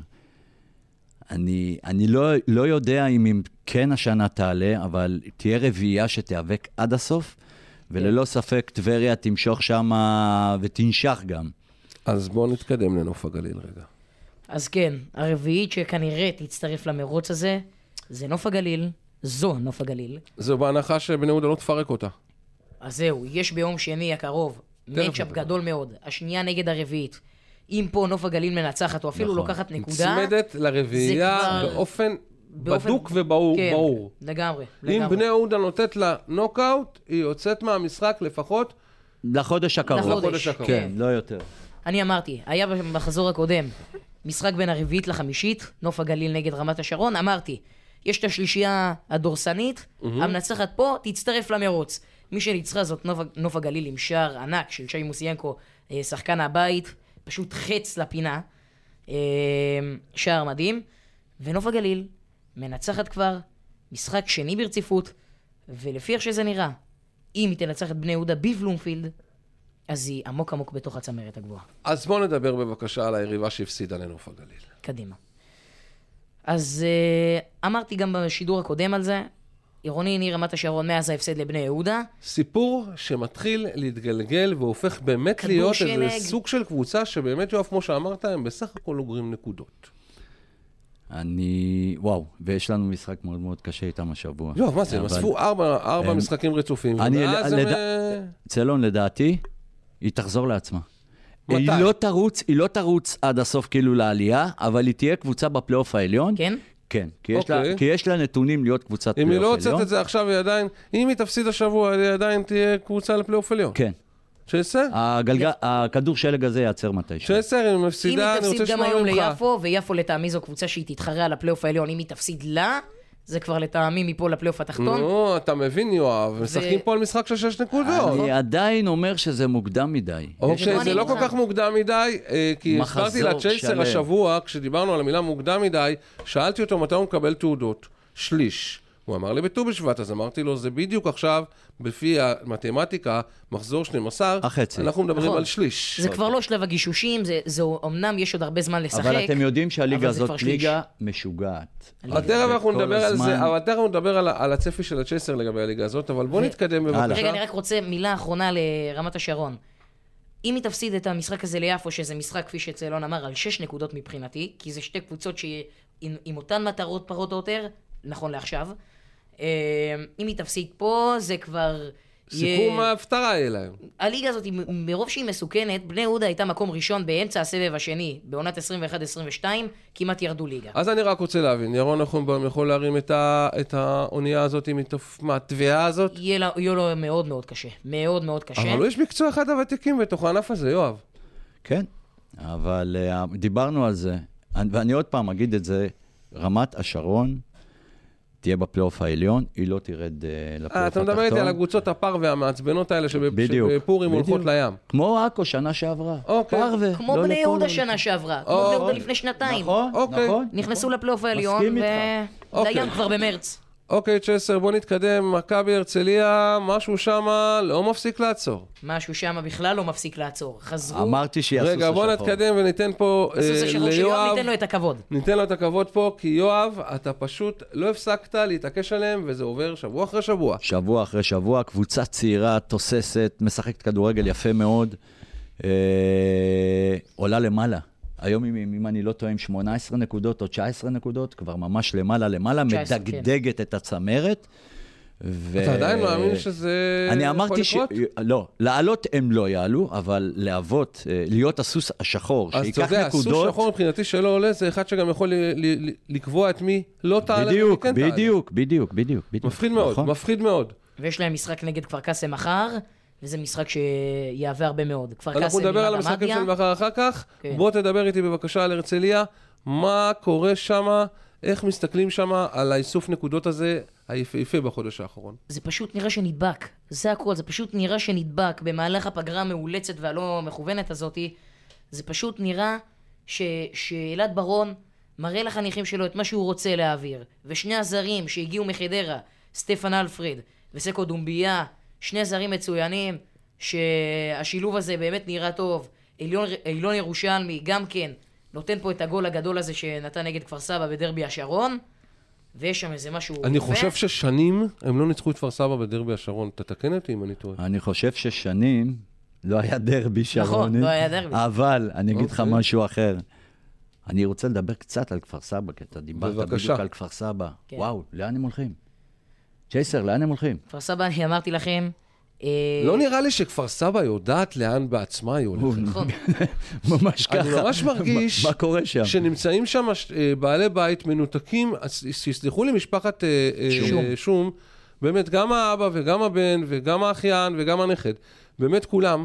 אני לא יודע אם כן השנה תעלה, אבל תהיה רביעייה שתיאבק עד הסוף, וללא ספק טבריה תמשוך שם ותנשך גם. אז בואו נתקדם לנוף הגליל רגע. אז כן, הרביעית שכנראה תצטרף למרוץ הזה, זה נוף הגליל, זו נוף הגליל. זו בהנחה שבני יהודה לא תפרק אותה. אז זהו, יש ביום שני הקרוב, מצ'אפ גדול מאוד, השנייה נגד הרביעית. אם פה נוף הגליל מנצחת, או אפילו לוקחת נקודה, מצמדת לרביעייה באופן בדוק וברור. כן, לגמרי. אם בני יהודה נותנת לה נוקאוט, היא יוצאת מהמשחק לפחות לחודש הקרוב. כן, לא יותר. אני אמרתי, היה במחזור הקודם, משחק בין הרביעית לחמישית, נוף הגליל נגד רמת השרון, אמרתי, יש את השלישייה הדורסנית, המנצחת פה תצטרף למרוץ. מי שניצחה זאת נוף הגליל עם שער ענק של שי מוסיינקו, שחקן הבית, פשוט חץ לפינה, שער מדהים, ונוף הגליל מנצחת כבר משחק שני ברציפות, ולפי איך שזה נראה, אם היא תנצח את בני יהודה בבלומפילד, אז היא עמוק עמוק בתוך הצמרת הגבוהה. אז בואו נדבר בבקשה על היריבה שהפסידה לנוף הגליל. קדימה. אז אמרתי גם בשידור הקודם על זה, עירוני ניר רמת השרון מאז ההפסד לבני יהודה. סיפור שמתחיל להתגלגל והופך באמת להיות איזה סוג של קבוצה שבאמת יואב, כמו שאמרת, הם בסך הכל אוגרים נקודות. וואו, ויש לנו משחק מאוד מאוד קשה איתם השבוע. יואב, מה זה? הם אספו 4 משחקים רצופים. צלון, לדעתי, היא תחזור לעצמה. מתי? היא לא תרוץ עד הסוף כאילו לעלייה, אבל היא תהיה קבוצה בפלייאוף העליון. כן? כן, כי יש לה נתונים להיות קבוצת פלייאוף עליון. אם היא לא הוצאת את זה עכשיו, היא עדיין, אם היא תפסיד השבוע, היא עדיין תהיה קבוצה לפלייאוף עליון. כן. שעשר? הכדור שלג הזה יעצר מתישהו. שעשר, אם מפסידה, אני רוצה לשמוע ממך. אם היא תפסיד גם היום ליפו, ויפו לטעמי זו קבוצה שהיא תתחרה על הפלייאוף העליון, אם היא תפסיד לה, זה כבר לטעמי מפה לפלייאוף התחתון. נו, אתה מבין יואב, משחקים פה על משחק של 6 נקודות. אני עדיין אומר שזה מוקדם מדי. אוקיי, זה לא כל כך מוקדם מדי, כי הסברתי לצ'ייסר השבוע, כשדיברנו על המילה מוקדם מדי, שאלתי אותו מתי הוא מקבל תעודות. שליש. הוא אמר לי בט"ו בשבט, אז אמרתי לו, זה בדיוק עכשיו, בפי המתמטיקה, מחזור 12, אנחנו מדברים על שליש. זה כבר לא שלב הגישושים, זה אמנם יש עוד הרבה זמן לשחק, אבל אתם יודעים שהליגה הזאת ליגה משוגעת. תכף אנחנו נדבר על זה, אבל תכף נדבר על הצפי של הצ'ייסר לגבי הליגה הזאת, אבל בוא נתקדם בבקשה. רגע, אני רק רוצה מילה אחרונה לרמת השרון. אם היא תפסיד את המשחק הזה ליפו, שזה משחק, כפי שצלון אמר, על 6 נקודות מבחינתי, כי זה שתי קבוצות עם אותן מטרות פחות או יותר, נכון לעכשיו. אם היא תפסיד פה, זה כבר... סיפור מההפטרה יהיה להם. הליגה הזאת, מרוב שהיא מסוכנת, בני יהודה הייתה מקום ראשון באמצע הסבב השני, בעונת 21-22, כמעט ירדו ליגה. אז אני רק רוצה להבין, ירון נחום יכול להרים את האונייה הזאת מהתביעה הזאת? יהיה לו מאוד מאוד קשה, מאוד מאוד קשה. אבל יש מקצוע אחד הוותיקים בתוך הענף הזה, יואב. כן, אבל דיברנו על זה, ואני עוד פעם אגיד את זה, רמת השרון תהיה בפלייאוף העליון, היא לא תרד לפלייאוף התחתון. אתה מדבר איתי על הקבוצות הפר והמעצבנות האלה שבפורים הולכות לים. כמו עכו שנה שעברה. פרווה. כמו בני יהודה שנה שעברה. כמו בני יהודה לפני שנתיים. נכון. נכנסו לפלייאוף העליון ודיין כבר במרץ. אוקיי, צ'סר, בוא נתקדם. מכבי הרצליה, משהו שם לא מפסיק לעצור. משהו שם בכלל לא מפסיק לעצור. חזרו. אמרתי שיהיה סוס השחור. רגע, בוא נתקדם וניתן פה הסוס השחור שיואב, ניתן לו את הכבוד. ניתן לו את הכבוד פה, כי יואב, אתה פשוט לא הפסקת להתעקש עליהם, וזה עובר שבוע אחרי שבוע. שבוע אחרי שבוע, קבוצה צעירה, תוססת, משחקת כדורגל יפה מאוד, עולה למעלה. היום, אם אני לא טועה, עם 18 נקודות או 19 נקודות, כבר ממש למעלה, מדגדגת את הצמרת. אתה עדיין מאמין שזה אני אמרתי לא, לעלות הם לא יעלו, אבל להיות הסוס השחור, שיקח נקודות... אז אתה יודע, הסוס שחור מבחינתי שלא עולה, זה אחד שגם יכול לקבוע את מי לא תעלה. בדיוק. מפחיד מאוד. ויש להם משחק נגד כפר קאסם מחר, וזה משחק שיעווה הרבה מאוד. אנחנו נדבר על המשחקים של מחר אחר כך. בוא תדבר איתי בבקשה על הרצליה. מה קורה שם? איך מסתכלים שם על האיסוף נקודות הזה היפה בחודש האחרון? זה פשוט נראה שנדבק. זה הכל. זה פשוט נראה שנדבק. במהלך הפגרה המאולצת והלא מכוונת הזאת, זה פשוט נראה שאלעד ברון מראה לחניכים שלו את מה שהוא רוצה להעביר. ושני הזרים שהגיעו מחדרה, סטפן אלפריד וסקו דומביה, שני זרים מצוינים, שהשילוב הזה באמת נראה טוב. אילון ירושלמי גם כן נותן פה את הגול הגדול הזה שנתן נגד כפר סבא בדרבי השרון, ויש שם איזה משהו... אני חושב ששנים הם לא ניצחו את כפר סבא בדרבי השרון. תתקן אותי אם אני טועה. אני חושב ששנים לא היה דרבי שרוני. נכון, לא היה דרבי. אבל אני אגיד לך משהו אחר. אני רוצה לדבר קצת על כפר סבא, כי אתה דיברת בדיוק על כפר סבא. וואו, לאן הם הולכים? צ'ייסר, לאן הם הולכים? כפר סבא, אני אמרתי לכם... לא נראה לי שכפר סבא יודעת לאן בעצמה היא הולכת. נכון. ממש ככה. אני ממש מרגיש מה קורה שם? שנמצאים שם בעלי בית מנותקים, שיסלחו לי משפחת שום, באמת גם האבא וגם הבן וגם האחיין וגם הנכד, באמת כולם,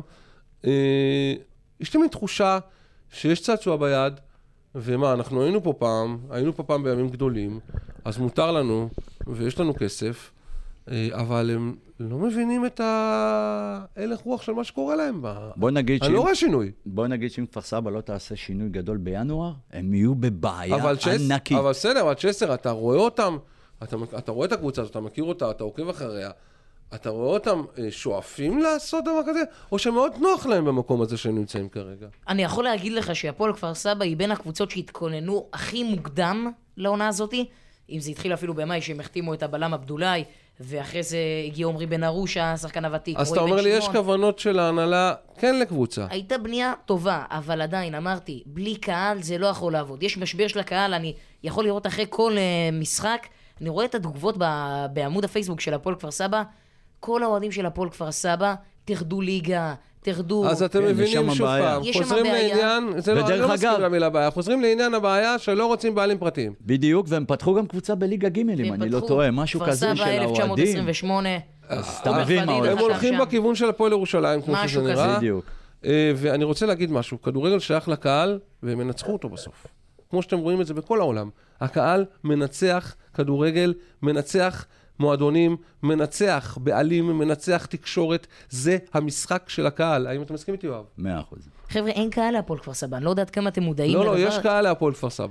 יש לי תחושה שיש צעצוע ביד, ומה, אנחנו היינו פה פעם בימים גדולים, אז מותר לנו, ויש לנו כסף, אבל הם לא מבינים את ההלך רוח של מה שקורה להם. אני לא רואה שינוי. בוא נגיד שאם כפר סבא לא תעשה שינוי גדול בינואר, הם יהיו בבעיה ענקית. אבל בסדר, אבל צ'סר, אתה רואה אותם, אתה רואה את הקבוצה הזאת, אתה מכיר אותה, אתה עוקב אחריה, אתה רואה אותם שואפים לעשות דבר כזה, או שמאוד נוח להם במקום הזה שהם נמצאים כרגע? אני יכול להגיד לך שהפועל כפר סבא היא בין הקבוצות שהתכוננו הכי מוקדם לעונה הזאת, אם זה התחיל אפילו במאי שהם החתימו את הבלם עבדולאי, ואחרי זה הגיע עומרי בן ארוש, השחקן הוותיק. אז אתה אומר לי, יש כוונות של ההנהלה כן לקבוצה. הייתה בנייה טובה, אבל עדיין, אמרתי, בלי קהל זה לא יכול לעבוד. יש משבר של הקהל, אני יכול לראות אחרי כל משחק, אני רואה את התגובות בעמוד הפייסבוק של הפועל כפר סבא, כל האוהדים של הפועל כפר סבא, תרדו ליגה, תרדו. אז אתם מבינים שוב פעם, חוזרים לעניין, זה לא מסכים למילה בעיה, חוזרים לעניין הבעיה שלא רוצים בעלים פרטיים. בדיוק, והם פתחו גם קבוצה בליגה ג' אם אני לא טועה, משהו כזה של האוהדים. כפר סבא 1928. אז אתה מבין מה הולך. הם הולכים בכיוון של הפועל ירושלים, כמו שזה נראה. ואני רוצה להגיד משהו, כדורגל שייך לקהל, והם ינצחו אותו בסוף. כמו שאתם רואים את זה בכל העולם. הקהל מנצח כדורגל, מנצח מועדונים, מנצח בעלים, מנצח תקשורת, זה המשחק של הקהל. האם אתה מסכים איתי, יואב? 100%. חבר'ה, אין קהל להפועל כפר סבא, אני לא יודעת כמה אתם מודעים לדבר. לא, יש קהל להפועל כפר סבא.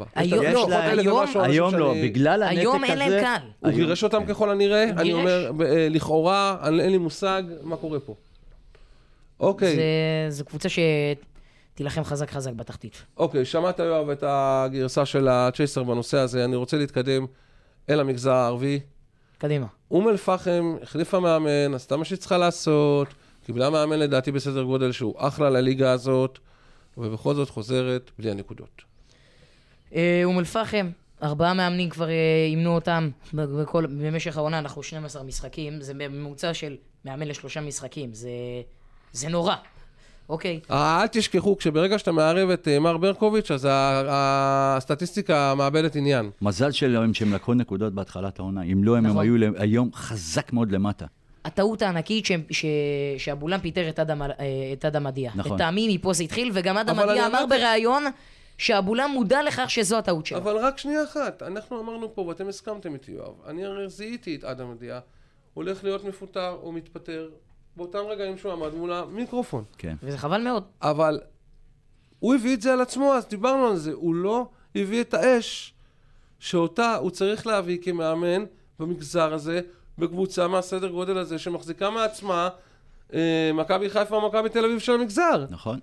היום לא, בגלל הנתק הזה... היום אין להם קהל. הוא גירש אותם ככל הנראה, אני אומר, לכאורה, אין לי מושג מה קורה פה. אוקיי. זו קבוצה שתילחם חזק בתחתית. אוקיי, שמעת יואב את הגרסה של הצ'ייסר בנושא הזה, אני רוצה להתקדם אל המגזר הערבי. קדימה. אום אל-פחם החליפה מאמן, עשתה מה שהיא צריכה לעשות, קיבלה מאמן לדעתי בסדר גודל שהוא אחלה לליגה הזאת, ובכל זאת חוזרת בלי הנקודות. אום אל-פחם, 4 מאמנים כבר אימנו אותם במשך העונה, אנחנו 12 משחקים, זה ממוצע של מאמן ל3 משחקים, זה נורא. אוקיי. אל תשכחו, כשברגע שאתה מערב את מר ברקוביץ', אז הסטטיסטיקה מאבדת עניין. מזל שלהם שהם לקחו נקודות בהתחלת העונה, אם לא הם היו היום חזק מאוד למטה. הטעות הענקית שהבולם פיטר את אדם עדיה. נכון. לטעמי מפה זה התחיל, וגם אדם עדיה אמר בראיון שהבולם מודע לכך שזו הטעות שלו. אבל רק שנייה אחת, אנחנו אמרנו פה, ואתם הסכמתם איתי, יואב, אני הרי זיהיתי את אדם עדיה, הולך להיות מפוטר או מתפטר, באותם רגעים שהוא עמד מול המיקרופון. כן. וזה חבל מאוד. אבל הוא הביא את זה על עצמו, אז דיברנו על זה, הוא לא הביא את האש שאותה הוא צריך להביא כמאמן במגזר הזה, בקבוצה מהסדר גודל הזה, שמחזיקה מעצמה מכבי חיפה או מכבי תל אביב של המגזר. נכון.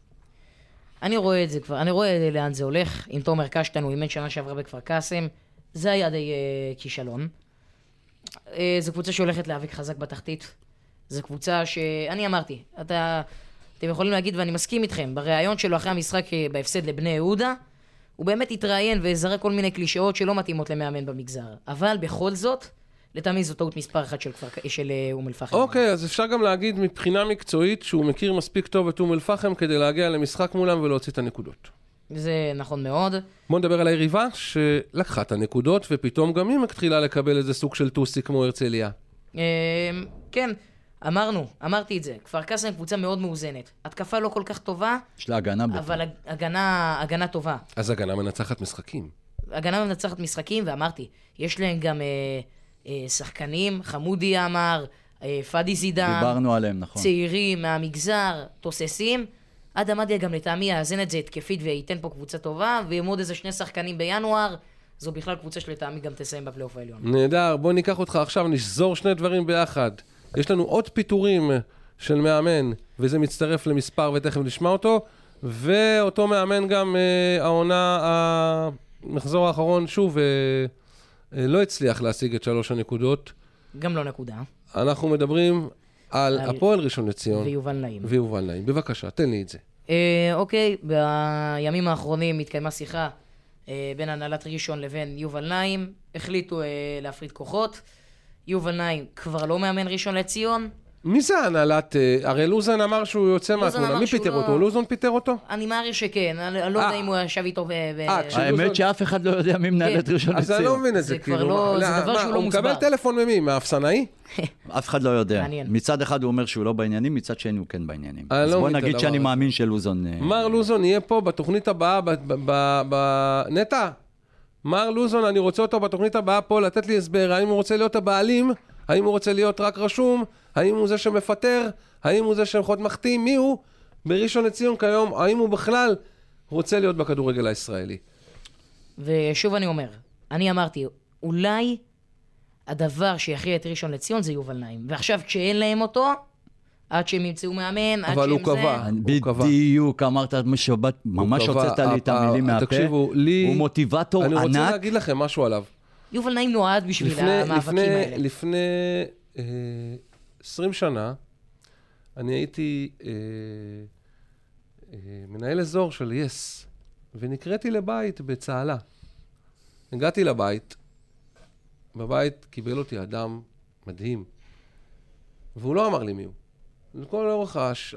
אני רואה את זה כבר, אני רואה לאן זה הולך. עם תומר קשטן, הוא אימן שנה שעברה בכפר קאסם, זה היה די כישלון. זו קבוצה שהולכת להיאבק חזק בתחתית. זו קבוצה שאני אמרתי, אתם יכולים להגיד, ואני מסכים איתכם, בריאיון שלו אחרי המשחק בהפסד לבני יהודה, הוא באמת התראיין וזרק כל מיני קלישאות שלא מתאימות למאמן במגזר. אבל בכל זאת, לטעמי זו טעות מספר 1 של אום אל-פחם. אוקיי, אז אפשר גם להגיד מבחינה מקצועית שהוא מכיר מספיק טוב את אום אל-פחם כדי להגיע למשחק מולם ולהוציא את הנקודות. זה נכון מאוד. בוא נדבר על היריבה שלקחה את הנקודות ופתאום גם היא מתחילה לקבל איזה סוג של טוסי כמו הרצליה. כן, אמרתי את זה. כפר קאסם קבוצה מאוד מאוזנת. התקפה לא כל כך טובה, יש לה הגנה אבל הגנה טובה. אז הגנה מנצחת משחקים. הגנה מנצחת משחקים, ואמרתי, יש להם גם שחקנים, חמודי אמר, פאדי זידן, דיברנו עליהם, נכון. צעירים מהמגזר, תוססים. אדם עדיה גם לטעמי יאזן את זה התקפית וייתן פה קבוצה טובה, ועם עוד איזה 2 שחקנים בינואר, זו בכלל קבוצה שלטעמי גם תסיים בפלייאוף העליון. נהדר, בוא ניקח אותך עכשיו, נשזור 2 דברים ביחד. יש לנו עוד פיטורים של מאמן, וזה מצטרף למספר ותכף נשמע אותו, ואותו מאמן גם העונה, המחזור האחרון, שוב, לא הצליח להשיג את 3 הנקודות. גם לא נקודה. אנחנו מדברים על הפועל ראשון לציון. ויובל נעים. ויובל נעים. בבקשה, תן לי את זה. אוקיי, בימים האחרונים התקיימה שיחה בין הנהלת ראשון לבין יובל נעים. החליטו להפריד כוחות. יובל נעים כבר לא מאמן ראשון לציון. מי זה הנהלת? הרי לוזון אמר שהוא יוצא מהתמונה. מי פיטר אותו? לוזון פיטר אותו? אני מעריך שכן. אני לא יודע אם הוא ישב איתו האמת שאף אחד לא יודע מי מנהלת ראשון לציון. אז אני לא מבין את זה. זה כבר לא, זה דבר שהוא לא מוסבר. הוא מקבל טלפון ממי? מהאפסנאי? אף אחד לא יודע. מעניין. מצד אחד הוא אומר שהוא לא בעניינים, מצד שני הוא כן בעניינים. אז לא בוא מבין את נגיד הדבר שאני הזה. מאמין שלוזון... מר לוזון יהיה פה בתוכנית הבאה, נטע, מר לוזון, אני רוצה אותו בתוכנית הבאה פה לתת לי הסבר, האם הוא רוצה להיות הבעלים, האם הוא רוצה להיות רק רשום, האם הוא זה שמפטר, האם הוא זה שמחות מחתים, מי הוא בראשון לציון כיום, האם הוא בכלל רוצה להיות בכדורגל הישראלי. ושוב אני אומר, אני אמרתי, אולי הדבר שיכריע את ראשון לציון זה יובל נעים. ועכשיו כשאין להם אותו, עד שהם ימצאו מאמן, עד אבל שהם הוא קבע. בדיוק, אמרת ממש הוצאת לי את המילים מהפה. תקשיבו, הוא מוטיבטור ענק. אני רוצה להגיד לכם משהו עליו. יובל נעים נועד בשביל המאבקים האלה. לפני 20 שנה, אני הייתי מנהל אזור של יס, ונקראתי לבית בצהלה. הגעתי לבית, בבית קיבל אותי אדם מדהים, והוא לא אמר לי מי הוא. לכל אורך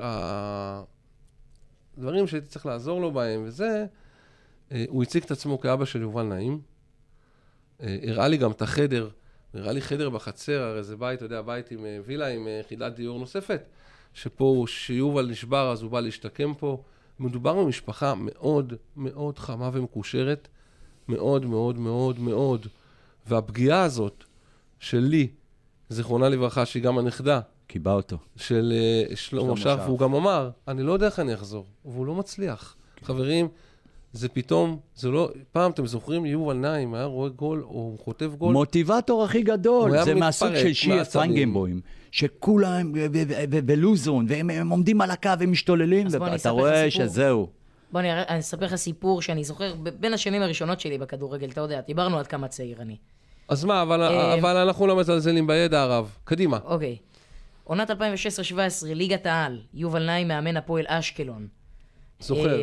הדברים שהייתי צריך לעזור לו בהם, וזה, הוא הציג את עצמו כאבא של יובל נעים, הראה לי גם את החדר, הראה לי חדר בחצר, הרי זה בית, אתה יודע, בית עם וילה, עם יחידת דיור נוספת, שפה, שיובל נשבר, אז הוא בא להשתקם פה. מדובר במשפחה מאוד מאוד חמה ומקושרת, מאוד מאוד מאוד מאוד. והפגיעה הזאת שלי, זיכרונה לברכה, שהיא גם הנכדה, קיבע אותו. של שלמה שרף, והוא גם אמר, אני לא יודע איך אני אחזור, והוא לא מצליח. חברים, זה פתאום, זה לא, פעם אתם זוכרים, יובל נעים, היה רואה גול, או הוא חוטף גול. מוטיבטור הכי גדול, זה מהסוג של שיר פיינגנבוים, שכולם, ולוזון, והם עומדים על הקו, הם משתוללים, ואתה רואה שזהו. בוא אני אספר לך סיפור שאני זוכר, בין השנים הראשונות שלי בכדורגל, אתה יודע, דיברנו עד כמה צעיר אני. אז מה, אבל אנחנו לא מזלזלים בידע הרב. קדימה. אוקיי. עונת 2016-2017, ליגת העל, יובל נעים מאמן הפועל אשקלון. זוכר.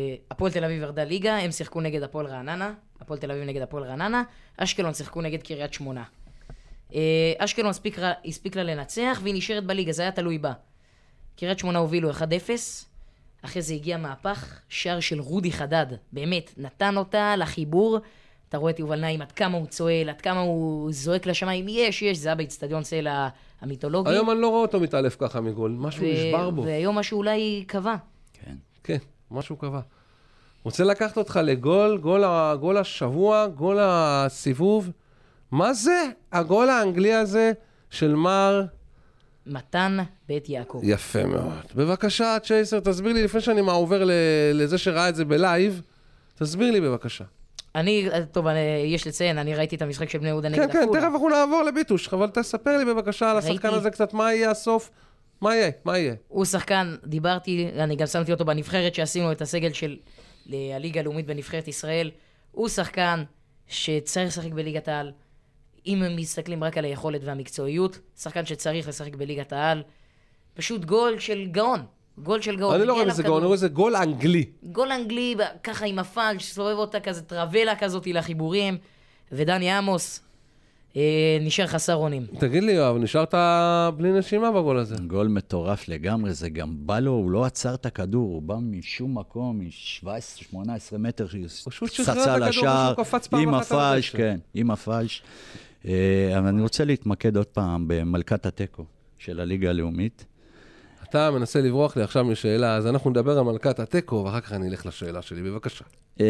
הפועל תל אביב ירדה ליגה, הם שיחקו נגד הפועל רעננה, הפועל תל אביב נגד הפועל רעננה, אשקלון שיחקו נגד קריית שמונה. אשקלון הספיק לה לנצח, והיא נשארת בליגה, זה היה תלוי בה. קריית שמונה הובילו 1-0, אחרי זה הגיע מהפך, שער של רודי חדד, באמת, נתן אותה לחיבור, אתה רואה את יובל נעים, עד כמה הוא צועל, עד כמה הוא זועק לשמיים, יש, זה היה באצטדיון סל המיתולוגי. היום אני לא רואה אותו מתעלף ככה מגול, משהו נשבר בו. והיום משהו אולי קבע. כן. כן, משהו קבע. רוצה לקחת אותך לגול, גול השבוע, גול הסיבוב. מה זה הגול האנגלי הזה של מר... מתן בית יעקב. יפה מאוד. בבקשה, צ'ייסר, תסביר לי, לפני שאני מעובר לזה שראה את זה בלייב, תסביר לי בבקשה. טוב, יש לציין, אני ראיתי את המשחק של בני יהודה נגד כן, עפולה. תכף אנחנו נעבור לביטוש, אבל תספר לי בבקשה על השחקן הזה קצת, מה יהיה הסוף? מה יהיה? הוא שחקן, דיברתי, אני גם שמתי אותו בנבחרת שעשינו את הסגל של הליגה הלאומית בנבחרת ישראל. הוא שחקן שצריך לשחק בליגת העל, אם הם מסתכלים רק על היכולת והמקצועיות, שחקן שצריך לשחק בליגת העל, פשוט גול של גאון. גול של גאון. אני לא רואה איזה גאון, אני רואה איזה גול אנגלי. גול אנגלי, ככה עם הפל, שסובב אותה כזה טרבלה כזאת לחיבורים, ודני עמוס נשאר חסר אונים. תגיד לי, יואב, נשארת בלי נשימה בגול הזה? גול מטורף לגמרי, זה גם בא לו, הוא לא עצר את הכדור, הוא בא משום מקום, מ-17-18 מטר, שצצה לשער, עם הפלש, כן, עם הפלש. אבל אני רוצה להתמקד עוד פעם במלכת התיקו של הליגה הלאומית. אתה מנסה לברוח לי עכשיו משאלה, אז אנחנו נדבר על מלכת התיקו, ואחר כך אני אלך לשאלה שלי, בבקשה.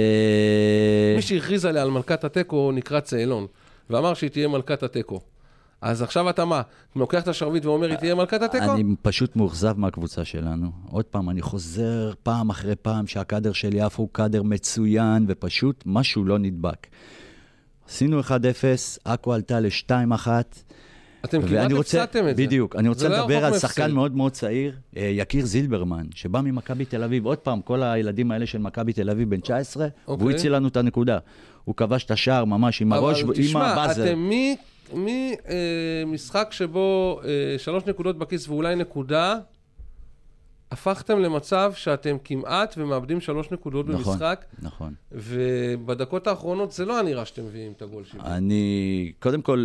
מי שהכריז עליה על מלכת התיקו נקרא צאלון, ואמר שהיא תהיה מלכת התיקו. אז עכשיו אתה מה? לוקח את השרביט ואומר, היא תהיה מלכת התיקו? אני פשוט מאוכזב מהקבוצה שלנו. עוד פעם, אני חוזר פעם אחרי פעם שהקאדר של יפו הוא קאדר מצוין, ופשוט משהו לא נדבק. עשינו 1-0, אקו עלתה ל-2-1, אתם כמעט הפסדתם את זה. בדיוק. אני רוצה לדבר על שחקן מאוד מאוד צעיר, יקיר זילברמן, שבא ממכבי תל אביב. עוד פעם, כל הילדים האלה של מכבי תל אביב בן 19, והוא הציל לנו את הנקודה. הוא כבש את השער ממש עם הראש, עם הבאזר. אתם ממשחק שבו 3 נקודות בכיס ואולי נקודה, הפכתם למצב שאתם כמעט ומאבדים 3 נקודות במשחק. נכון. ובדקות האחרונות זה לא נראה שאתם מביאים את הגול שלי. אני, קודם כל,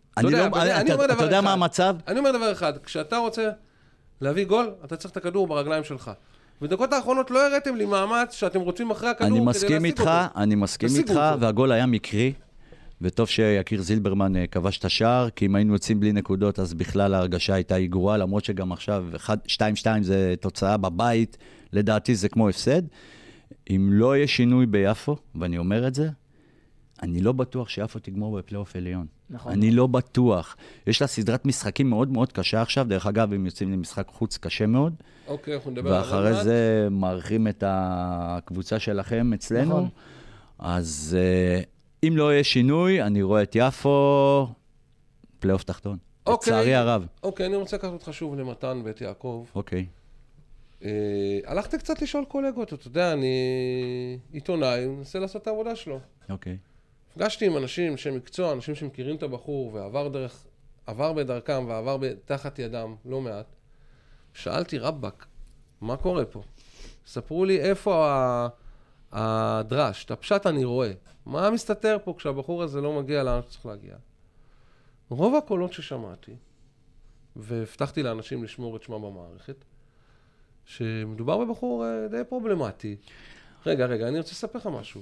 אתה יודע מה המצב? אני אומר דבר אחד, כשאתה רוצה להביא גול, אתה צריך את הכדור ברגליים שלך. בדקות האחרונות לא הראיתם לי מאמץ שאתם רוצים אחרי הכדור כדי להשיג אותו. אני מסכים איתך, והגול היה מקרי, וטוב שיקיר זילברמן כבש את השער, כי אם היינו יוצאים בלי נקודות, אז בכלל ההרגשה הייתה גרועה, למרות שגם עכשיו 2-2 זה תוצאה בבית, לדעתי זה כמו הפסד. אם לא יהיה שינוי ביפו, ואני אומר את זה, אני לא בטוח שיפו תגמור בפלייאוף עליון. נכון. אני לא בטוח. יש לה סדרת משחקים מאוד מאוד קשה עכשיו, דרך אגב, הם יוצאים למשחק חוץ קשה מאוד. אוקיי, אנחנו נדבר על ואחרי זה מערכים את הקבוצה שלכם אצלנו. נכון. אז אם לא יהיה שינוי, אני רואה את יפו פלייאוף תחתון. לצערי הרב. אוקיי, אני רוצה לקחת אותך שוב למתן ואת יעקב. אוקיי. הלכתי קצת לשאול קולגות, אתה יודע, אני עיתונאי, אני מנסה לעשות את העבודה שלו. אוקיי. פגשתי עם אנשים שמקצוע, אנשים שמכירים את הבחור, ועבר בדרכם ועבר תחת ידם, לא מעט. שאלתי, רבק, מה קורה פה? ספרו לי איפה הדרש, את הפשט אני רואה. מה מסתתר פה כשהבחור הזה לא מגיע לאן שצריך להגיע? רוב הקולות ששמעתי, והבטחתי לאנשים לשמור את שמם במערכת, שמדובר בבחור די פרובלמטי. רגע, אני רוצה לספר לך משהו.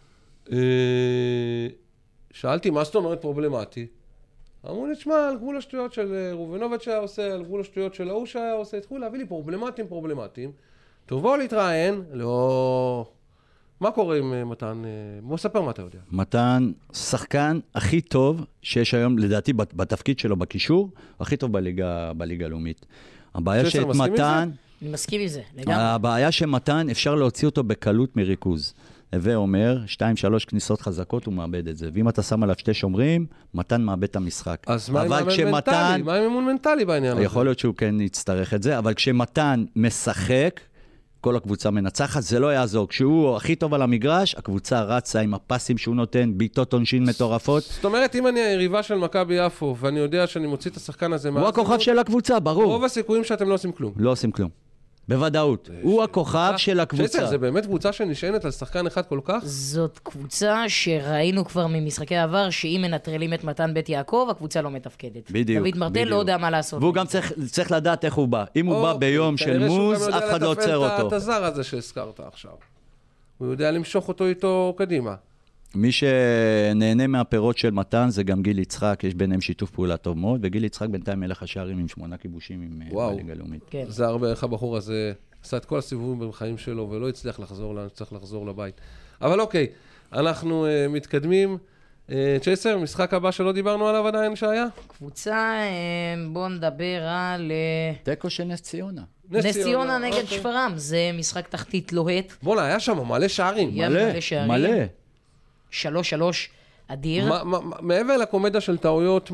שאלתי, מה זאת אומרת פרובלמטי? אמרו לי, תשמע, על גבול השטויות של רובינוביץ' שהיה עושה, על גבול השטויות של ההוא שהיה עושה, התחילו להביא לי פרובלמטיים. טוב, בואו להתראיין. לא... מה קורה עם מתן? בוא ספר מה אתה יודע. מתן, שחקן הכי טוב שיש היום, לדעתי, בתפקיד שלו בקישור, הכי טוב בליגה הלאומית. הבעיה שאת מתן... אני מסכים עם זה, לגמרי. הבעיה שמתן, אפשר להוציא אותו בקלות מריכוז. הווה אומר, 2-3 כניסות חזקות, הוא מאבד את זה. ואם אתה שם עליו 2 שומרים, מתן מאבד את המשחק. אז מה עם מנטלי? מה עם אמון מנטלי בעניין הזה? יכול להיות שהוא כן יצטרך את זה, אבל כשמתן משחק, כל הקבוצה מנצחת, זה לא יעזור. כשהוא הכי טוב על המגרש, הקבוצה רצה עם הפסים שהוא נותן, ביטות עונשין מטורפות. זאת אומרת, אם אני היריבה של מכבי יפו, ואני יודע שאני מוציא את השחקן הזה... הוא הכוכב של הקבוצה, ברור. רוב הסיכויים שאתם לא עושים כלום. לא עושים כלום. בוודאות. הוא הכוכב של הקבוצה. זה באמת קבוצה שנשענת על שחקן אחד כל כך? זאת קבוצה שראינו כבר ממשחקי העבר, שאם מנטרלים את מתן בית יעקב, הקבוצה לא מתפקדת. בדיוק. דוד מרטל לא יודע מה לעשות. והוא גם צריך לדעת איך הוא בא. אם הוא בא ביום של מוז, אף אחד לא עוצר אותו. כנראה שהוא גם יודע לתפעל את הזר הזה שהזכרת עכשיו. הוא יודע למשוך אותו איתו קדימה. מי שנהנה מהפירות של מתן זה גם גיל יצחק, יש ביניהם שיתוף פעולה טוב מאוד, וגיל יצחק בינתיים מלך השערים עם 8 כיבושים עם בליגה הלאומית. כן. זה הרבה, איך הבחור הזה עשה את כל הסיבובים בחיים שלו, ולא הצליח לחזור לאן שצריך לחזור לבית. אבל אוקיי, אנחנו מתקדמים. צ'ייסר, משחק הבא שלא דיברנו עליו עדיין שהיה? קבוצה, בואו נדבר על... תיקו של נס ציונה. נס ציונה נגד שפרעם, זה משחק תחתית לוהט. בוא'נה, היה שם מלא שערים. מלא. 3-3 אדיר. מעבר לקומדיה של טעויות,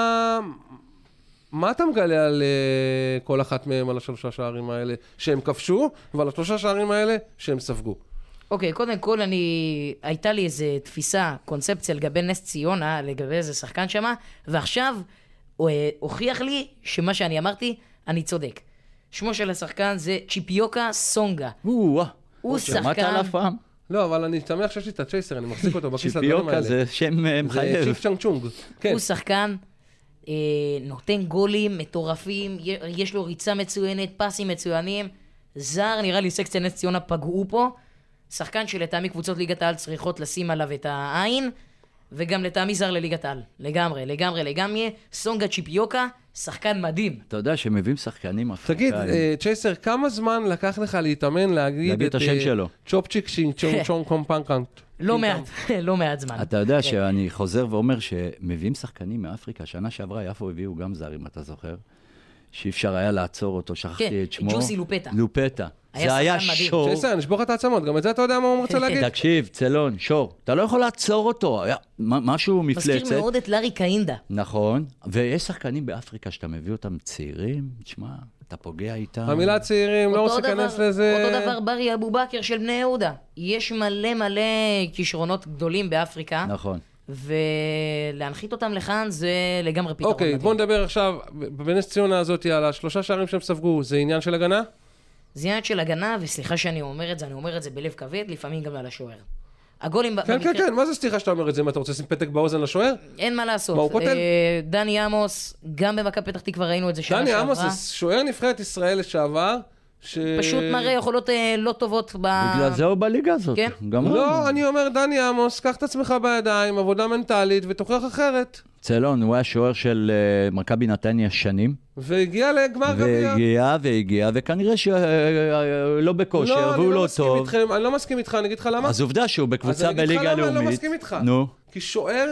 מה אתה מגלה על כל אחת מהם, על השלושה שערים האלה שהם כבשו, ועל השלושה שערים האלה שהם ספגו? אוקיי, קודם כל הייתה לי איזו תפיסה, קונספציה לגבי נס ציונה, לגבי איזה שחקן שמה, ועכשיו הוא הוכיח לי שמה שאני אמרתי, אני צודק. שמו של השחקן זה צ'יפיוקה סונגה. הוא שחקן... שמעת עליו פעם? לא, אבל אני שמח שיש לי את הצ'ייסר, אני מחזיק אותו בכיס לדברים האלה. צ'יפיוקה זה שם מחייב. זה צ'יפ צ'אנג צ'ונג. הוא שחקן, נותן גולים מטורפים, יש לו ריצה מצוינת, פסים מצוינים. זר, נראה לי סקציה נס ציונה פגעו פה. שחקן שלטעמי קבוצות ליגת העל צריכות לשים עליו את העין, וגם לטעמי זר לליגת העל. לגמרי. סונגה צ'יפיוקה, שחקן מדהים. אתה יודע שמביאים שחקנים אפריקאים. תגיד, צ'ייסר, כמה זמן לקח לך להתאמן להגיד את השם שלו? צ'ופצ'יק צ'ונג צ'ונג קומפנקנט? לא מעט זמן. אתה יודע שאני חוזר ואומר שמביאים שחקנים מאפריקה. שנה שעברה יפו הביאו גם זר, אם אתה זוכר, שאי אפשר היה לעצור אותו, שכחתי את שמו. ג'וסי לופטה. לופטה. זה היה שור. צ'ייסר, נשבור לך את העצמות, גם את זה אתה יודע מה הוא רוצה להגיד? תקשיב, צלון, שור, אתה לא יכול לעצור אותו, משהו מפלצת. מזכיר מאוד את לארי קאינדה. נכון, ויש שחקנים באפריקה שאתה מביא אותם צעירים, תשמע, אתה פוגע איתם. המילה צעירים, לא רוצה להיכנס לזה. אותו דבר ברי אבו בכר של בני יהודה. יש מלא כישרונות גדולים באפריקה. נכון. ולהנחית אותם לכאן זה לגמרי פתרון. אוקיי, בוא נדבר עכשיו בנס ציונה הזאת על השלושה שערים שהם ספגו, זה עניין של הגנה? זה עניין של הגנה, וסליחה שאני אומר את זה, אני אומר את זה בלב כבד, לפעמים גם על השוער. כן, מה זה סליחה שאתה אומר את זה? מה, אתה רוצה לשים פתק באוזן לשוער? אין מה לעשות. מה הוא כותב? דני עמוס, גם במכבי פתח תקווה ראינו את זה שנה שעברה. דני עמוס זה שוער נבחרת ישראל לשעבר, פשוט מראה יכולות לא טובות בגלל זה הוא בליגה הזאת. כן? לא, אני אומר, דני עמוס, קח את עצמך בידיים, עבודה מנטלית, ותוכיח אחרת. צלון, הוא היה שוער של מכבי נתניה שנים. והגיע לגמר גביע. והגיע, וכנראה שלא בכושר, והוא לא טוב. אני לא מסכים איתך, אני אגיד לך למה. אז עובדה שהוא בקבוצה בליגה הלאומית. אני לא מסכים איתך. נו. כי שוער,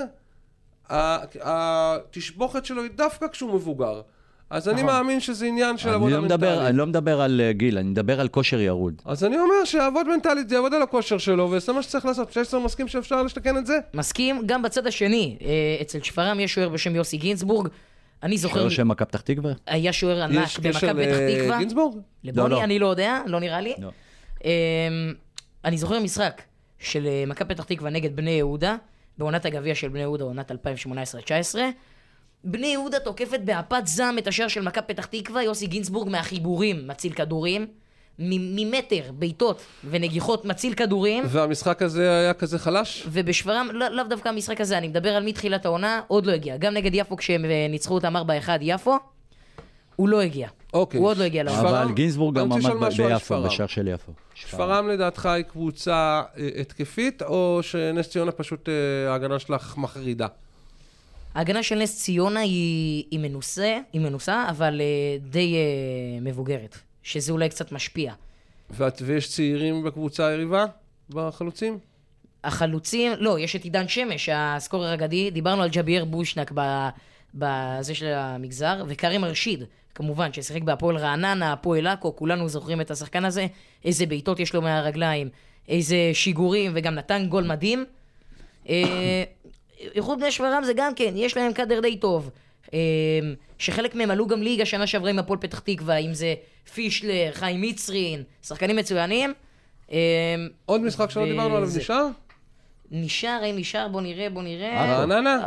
התשבוכת שלו היא דווקא כשהוא מבוגר. אז אני מאמין שזה עניין של עבודה מנטלית. אני לא מדבר על גיל, אני מדבר על כושר ירוד. אז אני אומר שעבוד מנטלית זה יעבוד על הכושר שלו, וזה מה שצריך לעשות. צ'ייסר מסכים שאפשר לשתקן את זה? מסכים, גם בצד השני. אצל שפרעם יש שוער בשם יוסי גינצבורג. אני זוכר... שוער של מכבי פתח תקווה? היה שוער ענק במכבי פתח תקווה. יש קשר לגינצבורג? לבוני, אני לא יודע, לא נראה לי. לא. אני זוכר משחק של מכבי פתח תקווה נגד בני יהודה, בעונת הגביע של בני יהודה, עונת 2018-19. בני יהודה תוקפת בהפת זעם את השער של מכבי פתח תקווה, יוסי גינצבורג מהחיבורים מציל כדורים, ממטר, בעיטות ונגיחות מציל כדורים. והמשחק הזה היה כזה חלש? ובשפרעם, לאו דווקא המשחק הזה, אני מדבר על מתחילת העונה, עוד לא הגיע. גם נגד יפו כשהם ניצחו אותם 4-1 יפו, הוא לא הגיע. אוקיי. הוא עוד לא הגיע לעונה. אבל גינצבורג גם עמד ביפו, בשער של יפו. שפרעם לדעתך היא קבוצה התקפית, או שנס ציונה פשוט ההגנה שלך מחרידה? ההגנה של נס ציונה היא מנוסה, אבל די מבוגרת, שזה אולי קצת משפיע. ויש צעירים בקבוצה היריבה? בחלוצים? החלוצים, לא, יש את עידן שמש, הסקורר האגדי, דיברנו על ג'בייר בושנק בזה של המגזר, וקרים ארשיד, כמובן, ששיחק בהפועל רעננה, הפועל עכו, כולנו זוכרים את השחקן הזה, איזה בעיטות יש לו מהרגליים, איזה שיגורים, וגם נתן גול מדהים. איחוד בני שפרעם זה גם כן, יש להם קדר די טוב, שחלק מהם עלו גם ליגה שנה שעברה עם הפועל פתח תקווה, אם זה פישלר, חיים מצרין, שחקנים מצוינים. עוד משחק שלא דיברנו עליו נשאר? נשאר, אין נשאר, בוא נראה. רעננה?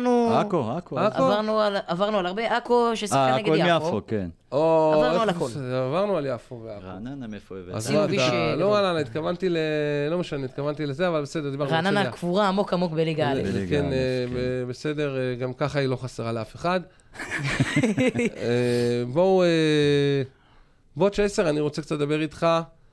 עברנו על הרבה. עכו ששיחקה נגד יפו. הכל מיפו, כן. עברנו על הכל. עברנו על יפו ועכו. רעננה מאיפה הבאת. אז לא רעננה, התכוונתי לא משנה, התכוונתי לזה, אבל בסדר, דיברנו על רעננה קבורה עמוק בליגה א'. כן, בסדר, גם ככה היא לא חסרה לאף אחד. בוא צ'ייסר, אני רוצה קצת לדבר איתך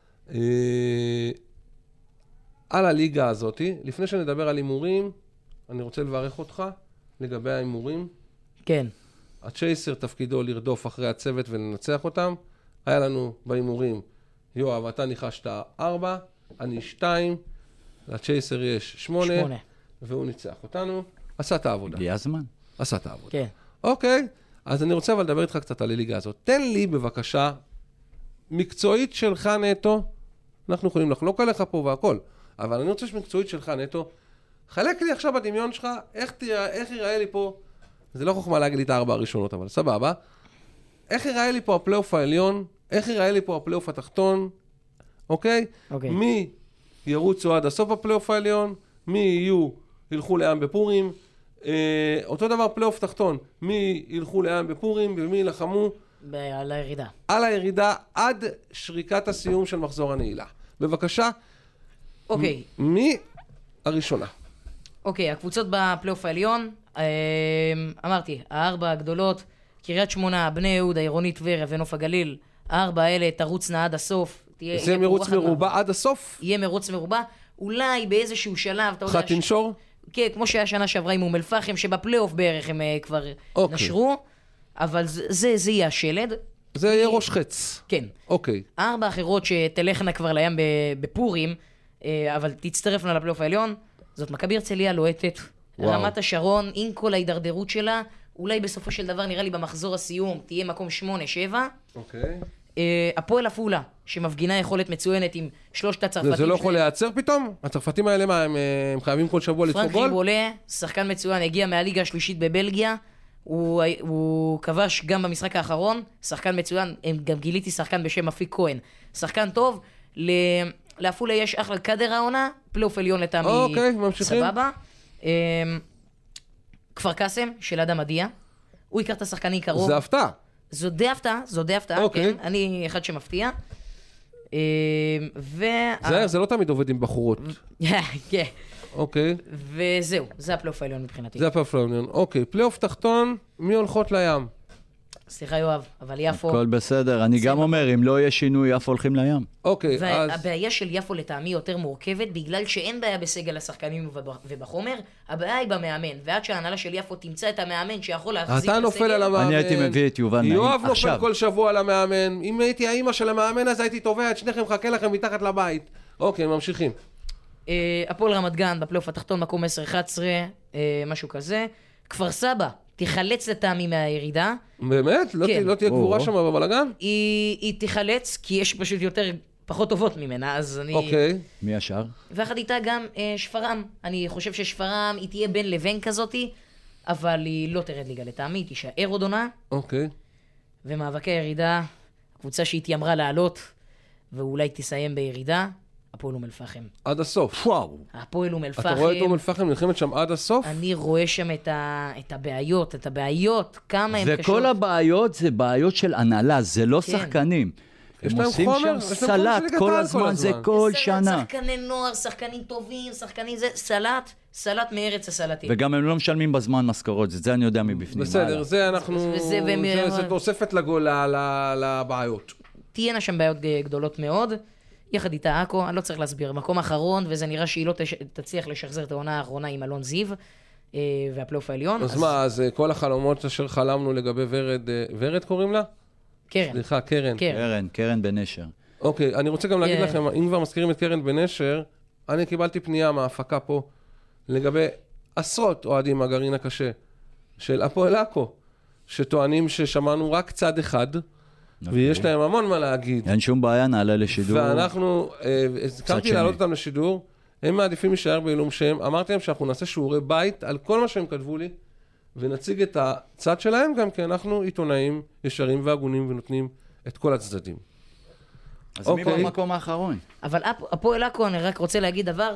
על הליגה הזאת. לפני שנדבר על הימורים, אני רוצה לברך אותך לגבי ההימורים. כן. הצ'ייסר תפקידו לרדוף אחרי הצוות ולנצח אותם. היה לנו בהימורים, יואב, אתה ניחשת 4, אני 2, לצ'ייסר יש 8, והוא ניצח אותנו. עשה את העבודה. הגיע הזמן. עשה את העבודה. כן. אוקיי, אז אני רוצה אבל לדבר איתך קצת על הליגה הזאת. תן לי בבקשה, מקצועית שלך נטו, אנחנו יכולים לחלוק עליך פה והכל, אבל אני רוצה שמקצועית שלך נטו, חלק לי עכשיו בדמיון שלך, איך ייראה לי פה, זה לא חוכמה להגיד לי את 4 הראשונות, אבל סבבה, איך ייראה לי פה הפלייאוף העליון, איך ייראה לי פה הפלייאוף התחתון, אוקיי? מי ירוצו עד הסוף הפלייאוף העליון, מי ילכו לים בפורים, אותו דבר פלייאוף תחתון, מי ילכו לים בפורים ומי ילחמו על הירידה. על הירידה עד שריקת הסיום של מחזור הנעילה. בבקשה, אוקיי. מי הראשונה? אוקיי, הקבוצות בפלייאוף העליון, אמרתי, 4 הגדולות, קריית שמונה, בני יהודה, עירונית טבריה ונוף הגליל, 4 האלה תרוצנה עד הסוף. זה מרוץ מרובע עד הסוף? יהיה מרוץ מרובע, אולי באיזשהו שלב, אתה יודע... אחת תנשור? כן, כמו שהיה שנה שעברה עם אום אל-פחם, שבפלייאוף בערך הם כבר נשרו, אבל זה יהיה השלד. זה יהיה ראש חץ. כן. אוקיי. 4 אחרות שתלכנה כבר לים בפורים, אבל תצטרפנה לפלייאוף העליון, זאת מכבי הרצליה לוהטת, רמת השרון, עם כל ההידרדרות שלה, אולי בסופו של דבר נראה לי במחזור הסיום תהיה מקום 8-7. אוקיי. הפועל עפולה, שמפגינה יכולת מצוינת עם 3 הצרפתים. זה לא יכול להיעצר פתאום? הצרפתים האלה מה, הם חייבים כל שבוע לדפוק גול? פרנק ריבולה, שחקן מצוין, הגיע מהליגה השלישית בבלגיה, הוא כבש גם במשחק האחרון, שחקן מצוין, גם גיליתי שחקן בשם אפיק כהן, שחקן טוב, לעפולה יש אחלה קדר העונה, פלייאוף עליון לטעמי, אוקיי, ממשיכים. סבבה. כפר קאסם של אדם עדיה, הוא ייקח את השחקני קרוב. זה הפתעה. זו די הפתעה, כן, אני אחד שמפתיע. זה לא תמיד עובד עם בחורות. כן. אוקיי. וזהו, זה הפלייאוף העליון מבחינתי. זה הפלייאוף העליון, אוקיי. פלייאוף תחתון, מי הולכות לים? סליחה יואב, אבל יפו... הכל בסדר, אני גם אומר, אם לא יהיה שינוי, יפו הולכים לים. אוקיי, אז... והבעיה של יפו לטעמי יותר מורכבת, בגלל שאין בעיה בסגל השחקנים ובחומר, הבעיה היא במאמן, ועד שההנהלה של יפו תמצא את המאמן שיכול להחזיק את הסגל... אתה נופל על המאמן. אני הייתי מביא את יובל נעים. יואב נופל כל שבוע על המאמן. אם הייתי האמא של המאמן, אז הייתי תובע את שניכם, חכה לכם מתחת לבית. אוקיי, ממשיכים. הפועל רמת גן בפלייאוף התחתון, מקום 10-11, משהו כזה. כפר סבא תיחלץ לטעמי מהירידה. באמת? לא תהיה גבורה שם בבלגן? היא תיחלץ, כי יש פשוט פחות טובות ממנה, אז אני... אוקיי. מי השאר? ואחד איתה גם שפרעם. אני חושב ששפרעם היא תהיה בין לבין כזאתי, אבל היא לא תרד ליגה לטעמי, היא תישאר עוד עונה. אוקיי. ומאבקי הירידה, קבוצה שהתיימרה לעלות, ואולי תסיים בירידה, הפועל אום אל-פחם. עד הסוף. וואו. הפועל אום אל-פחם. אתה רואה את אום אל-פחם נלחמת שם עד הסוף? אני רואה שם את הבעיות, כמה הם קשות. וכל הבעיות זה בעיות של הנהלה, זה לא שחקנים. יש הם להם עושים חומר, שם סלט כל הזמן, זה כל שנה. שחקני נוער, שחקנים טובים, שחקנים זה, סלט מארץ הסלטים. וגם הם לא משלמים בזמן משכורות, זה אני יודע מבפנים. בסדר, זה אנחנו... זה תוספת לבעיות. תהיינה שם בעיות גדולות מאוד. יחד איתה עכו, אני לא צריך להסביר, מקום אחרון, וזה נראה שהיא לא תצליח לשחזר את העונה האחרונה עם אלון זיו, והפלייאוף העליון. אז מה, אז כל החלומות אשר חלמנו לגבי ורד קוראים לה? קרן. סליחה, קרן. קרן בנשר. אוקיי, אני רוצה גם להגיד לכם, אם כבר מזכירים את קרן בנשר, אני קיבלתי פנייה מההפקה פה, לגבי עשרות אוהדים מהגרעין הקשה, של הפועל עכו, שטוענים ששמענו רק צד אחד, ויש להם המון מה להגיד. אין שום בעיה, נעלה לשידור. ואנחנו, הזכרתי להעלות אותם לשידור, הם מעדיפים להישאר בעילום שם, אמרתי להם שאנחנו נעשה שיעורי בית על כל מה שהם כתבו לי, ונציג את הצד שלהם גם, כי אנחנו עיתונאים ישרים והגונים ונותנים את כל הצדדים. אז מי במקום האחרון? אבל הפועל עכו, אני רק רוצה להגיד דבר,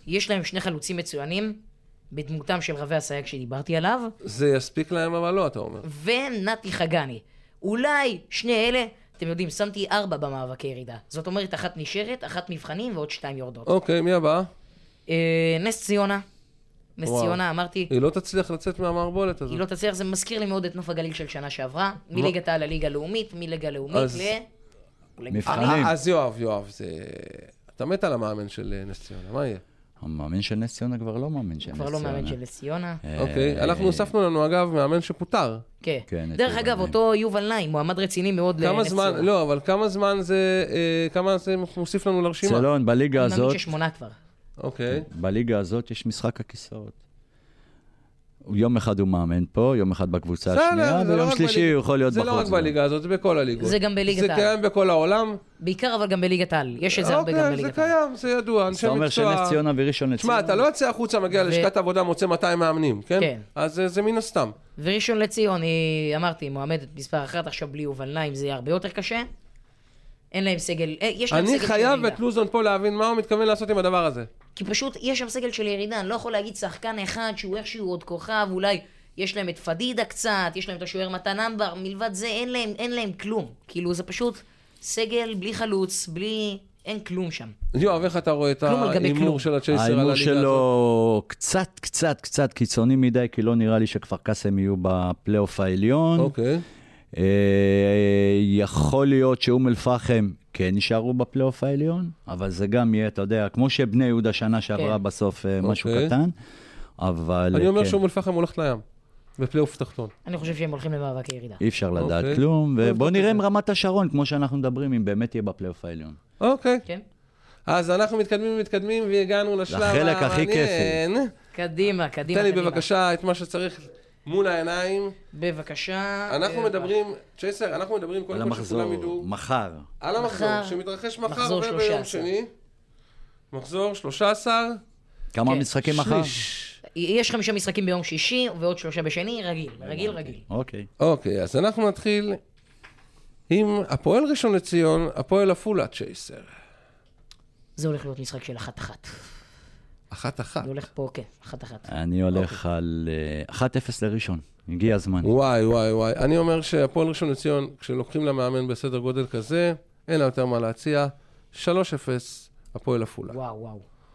יש להם שני חלוצים מצוינים, בדמותם של רבי הסייג שדיברתי עליו. זה יספיק להם אבל לא, אתה אומר. ונתי חגני. אולי שני אלה, אתם יודעים, שמתי 4 במאבקי ירידה. זאת אומרת, 1 נשארת, 1 מבחנים ועוד 2 יורדות. אוקיי, מי הבא? נס ציונה. נס ציונה, אמרתי... היא לא תצליח לצאת מהמערבולת הזאת. היא לא תצליח, זה מזכיר לי מאוד את נוף הגליל של שנה שעברה. מליגת העל לליגה לאומית, מליגה לאומית מבחנים. אז יואב, זה... אתה מת על המאמן של נס ציונה, מה יהיה? המאמן של נס ציונה כבר לא מאמן של נס ציונה. כבר לא מאמן של נס ציונה. אוקיי, אנחנו הוספנו לנו אגב מאמן שפוטר. כן. דרך אגב, אותו יובל נעים, מועמד רציני מאוד לנס ציונה. לא, אבל כמה זמן זה... כמה זה מוסיף לנו לרשימה? צלון, בליגה הזאת... אני מאמין ש8 כבר. אוקיי. בליגה הזאת יש משחק הכיסאות. יום אחד הוא מאמן פה, יום אחד בקבוצה השנייה, ויום שלישי הוא יכול להיות בחוץ. זה לא רק בליגה הזאת, זה בכל הליגות. זה גם בליגת העל. זה קיים בכל העולם. בעיקר אבל גם בליגת העל. יש את זה הרבה גם בליגת העל. זה קיים, זה ידוע. אתה אומר שנס ציונה וראשון לציון. תשמע, אתה לא יוצא החוצה, מגיע לשכת עבודה, מוצא 200 מאמנים, כן? כן. אז זה מן הסתם. וראשון לציון, אמרתי, מועמדת מספר אחת, עכשיו בלי יובל נעים זה יהיה הרבה יותר קשה. אין להם סגל, יש להם סגל של ירידה. אני חייב את לוזון פה להבין מה הוא מתכוון לעשות עם הדבר הזה. כי פשוט יש שם סגל של ירידה, אני לא יכול להגיד שחקן אחד שהוא איכשהו עוד כוכב, אולי יש להם את פדידה קצת, יש להם את השוער מתן אמבר, מלבד זה אין להם כלום. כאילו זה פשוט סגל בלי חלוץ, אין כלום שם. יואב, איך אתה רואה את האימור של הצ'ייסר על הליגה הזאת? האימור שלו קצת קיצוני מדי, כי לא נראה לי שכפר קאסם יהיו בפלייאוף העליון. אוקיי. יכול להיות שאום אל-פחם כן נשארו בפלייאוף העליון, אבל זה גם יהיה, אתה יודע, כמו שבני יהודה שנה שעברה בסוף משהו קטן, אבל... אני אומר שאום אל-פחם הולכת לים, בפלייאוף תחתון. אני חושב שהם הולכים למאבק הירידה. אי אפשר לדעת כלום, ובוא נראה עם רמת השרון, כמו שאנחנו מדברים, אם באמת יהיה בפלייאוף העליון. אוקיי. כן. אז אנחנו מתקדמים והגענו לשלב המעניין. לחלק הכי כיפי. קדימה. תן לי בבקשה את מה שצריך מול העיניים. בבקשה. אנחנו מדברים, צ'ייסר, אנחנו מדברים קודם כל שכולם ידעו. מחר. על המחזור, שמתרחש מחר וביום שני. מחזור 13. כמה משחקים מחר? יש 5 משחקים ביום שישי ועוד 3 בשני, רגיל. אוקיי, אז אנחנו נתחיל עם הפועל ראשון לציון, הפועל עפולה, צ'ייסר. זה הולך להיות משחק של 1-1. 1-1. זה הולך פה, כן, 1-1. אני הולך על 1-0 לראשון, הגיע הזמן. וואי. אני אומר שהפועל ראשון לציון, כשלוקחים למאמן בסדר גודל כזה, אין לה יותר מה להציע. 3-0, הפועל עפולה. וואו.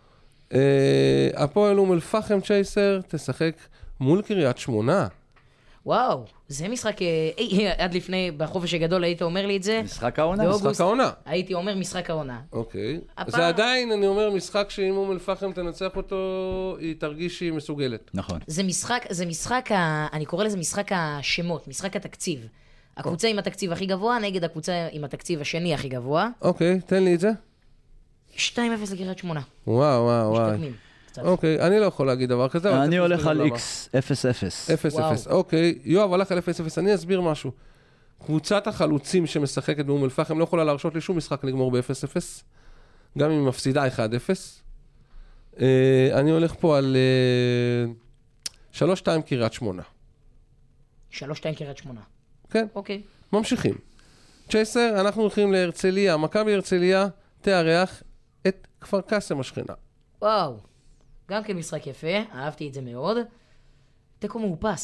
הפועל אום אל-פחם, צ'ייסר, תשחק מול קריית שמונה. וואו, זה משחק, עד לפני, בחופש הגדול היית אומר לי את זה. משחק העונה. משחק העונה. הייתי אומר משחק העונה. אוקיי. זה עדיין, אני אומר, משחק שאם אום אל-פחם תנצח אותו, היא תרגיש שהיא מסוגלת. נכון. זה משחק, אני קורא לזה משחק השמות, משחק התקציב. הקבוצה עם התקציב הכי גבוה נגד הקבוצה עם התקציב השני הכי גבוה. אוקיי, תן לי את זה. 2-0 לקריית שמונה. וואו. אוקיי, אני לא יכול להגיד דבר כזה. אני הולך על X, 0-0. 0-0, אוקיי. יואב הלך על 0-0, אני אסביר משהו. קבוצת החלוצים שמשחקת באום אל-פחם לא יכולה להרשות לי שום משחק לגמור ב-0-0, גם אם היא מפסידה 1-0. אני הולך פה על 3-2 קריית שמונה. 3-2 קריית שמונה. כן. אוקיי. ממשיכים. צ'ייסר, אנחנו הולכים להרצליה. מכבי הרצליה תארח את כפר קאסם השכנה. וואו. גם כמשחק יפה, אהבתי את זה מאוד. תיקו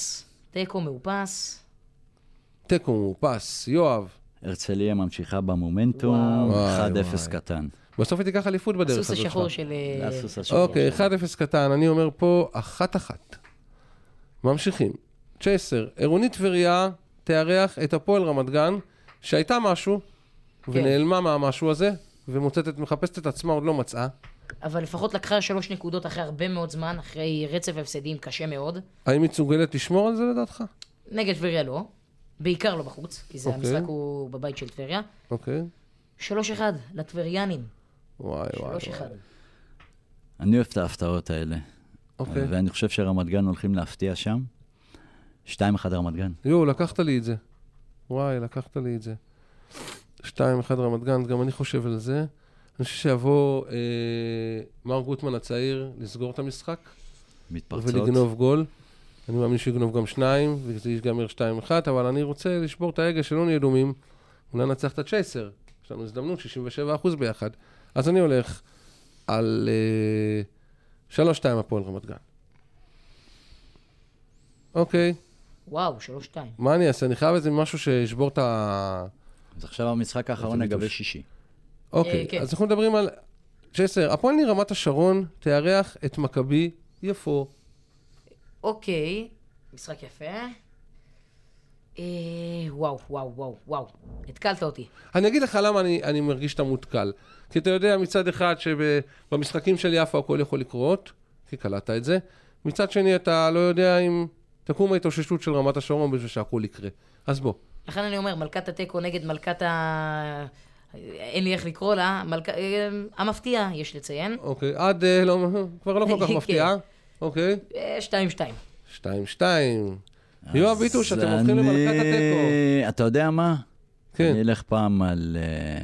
מאופס. יואב. הרצליה ממשיכה במומנטום, 1-0 קטן. בסוף היא תיקח אליפות בדרך הזאת. הסוס השחור של... אוקיי, 1-0 קטן. אני אומר פה 1-1. ממשיכים. צ'ייסר, עירונית טבריה תארח את הפועל רמת גן, שהייתה משהו, ונעלמה מהמשהו הזה, ומחפשת את עצמה, עוד לא מצאה. אבל לפחות לקחה 3 נקודות אחרי הרבה מאוד זמן, אחרי רצף הפסדים קשה מאוד. האם היא מסוגלת לשמור על זה לדעתך? נגד טבריה לא, בעיקר לא בחוץ, כי זה המשחק הוא בבית של טבריה. אוקיי. 3-1 לטבריאנים. וואי. 3-1. אני אוהב את ההפתעות האלה. אוקיי. ואני חושב שרמת גן הולכים להפתיע שם. 2-1 רמת גן. לקחת לי את זה. לקחת לי את זה. 2-1 רמת גן, גם אני חושב על זה. אני חושב שיבוא מר גוטמן הצעיר לסגור את המשחק. מתפרצות. ולגנוב גול. אני מאמין שיגנוב גם 2, וזה ייגמר 2-1, אבל אני רוצה לשבור את ההגה שלא נהיה דומים. אולי נצח את הצ'ייסר. יש לנו הזדמנות, 67% ביחד. אז אני הולך על 3-2 הפועל רמת גן. אוקיי. וואו, 3-2. מה אני אעשה? אני חייב איזה משהו שישבור את אז עכשיו המשחק האחרון נגבי שישי. אוקיי, כן. אז אנחנו מדברים על 10. הפועל רמת השרון תארח את מכבי יפו. אוקיי, משחק יפה. וואו. התקלת אותי. אני אגיד לך למה אני מרגיש שאתה מותקל. כי אתה יודע מצד אחד שבמשחקים של יפו הכל יכול לקרות, כי קלטת את זה. מצד שני אתה לא יודע אם תקום ההתאוששות של רמת השרון בשביל שהכל יקרה. אז בוא. לכן אני אומר, מלכת הטקו נגד מלכת אין לי איך לקרוא לה, המפתיע, יש לציין. אוקיי, כבר לא כל כך מפתיעה. אוקיי. 2-2. 2-2. יואב ביטוש, אתם הולכים למלכת הטקו. אתה יודע מה? כן. אני אלך פעם על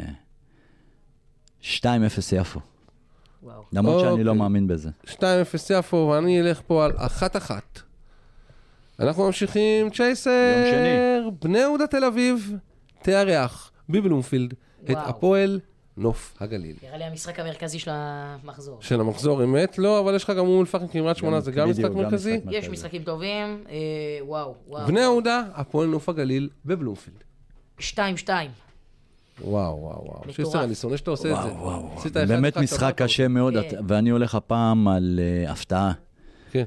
2-0 יפו. וואו. למרות שאני לא מאמין בזה. 2-0 יפו, ואני אלך פה על 1-1. אנחנו ממשיכים, צ'ייסר. יום שני. בני יהודה תל אביב, תארח בבלומפילד את וואו. הפועל נוף הגליל. נראה לי המשחק המרכזי של המחזור. של המחזור אמת, לא, אבל יש לך גם אום אל-פחם קריית שמונה, זה גם משחק בדיוק, גם מרכזי. משחק יש משחקים טובים, וואו. בני יהודה, הפועל נוף הגליל בבלומפילד. 2-2. וואו. מטורף. צ'ייסר, אני שונא שאתה עושה את זה. עשית אחד באמת אחד, משחק קבעת קשה מאוד, כן. ואני הולך הפעם על הפתעה. כן.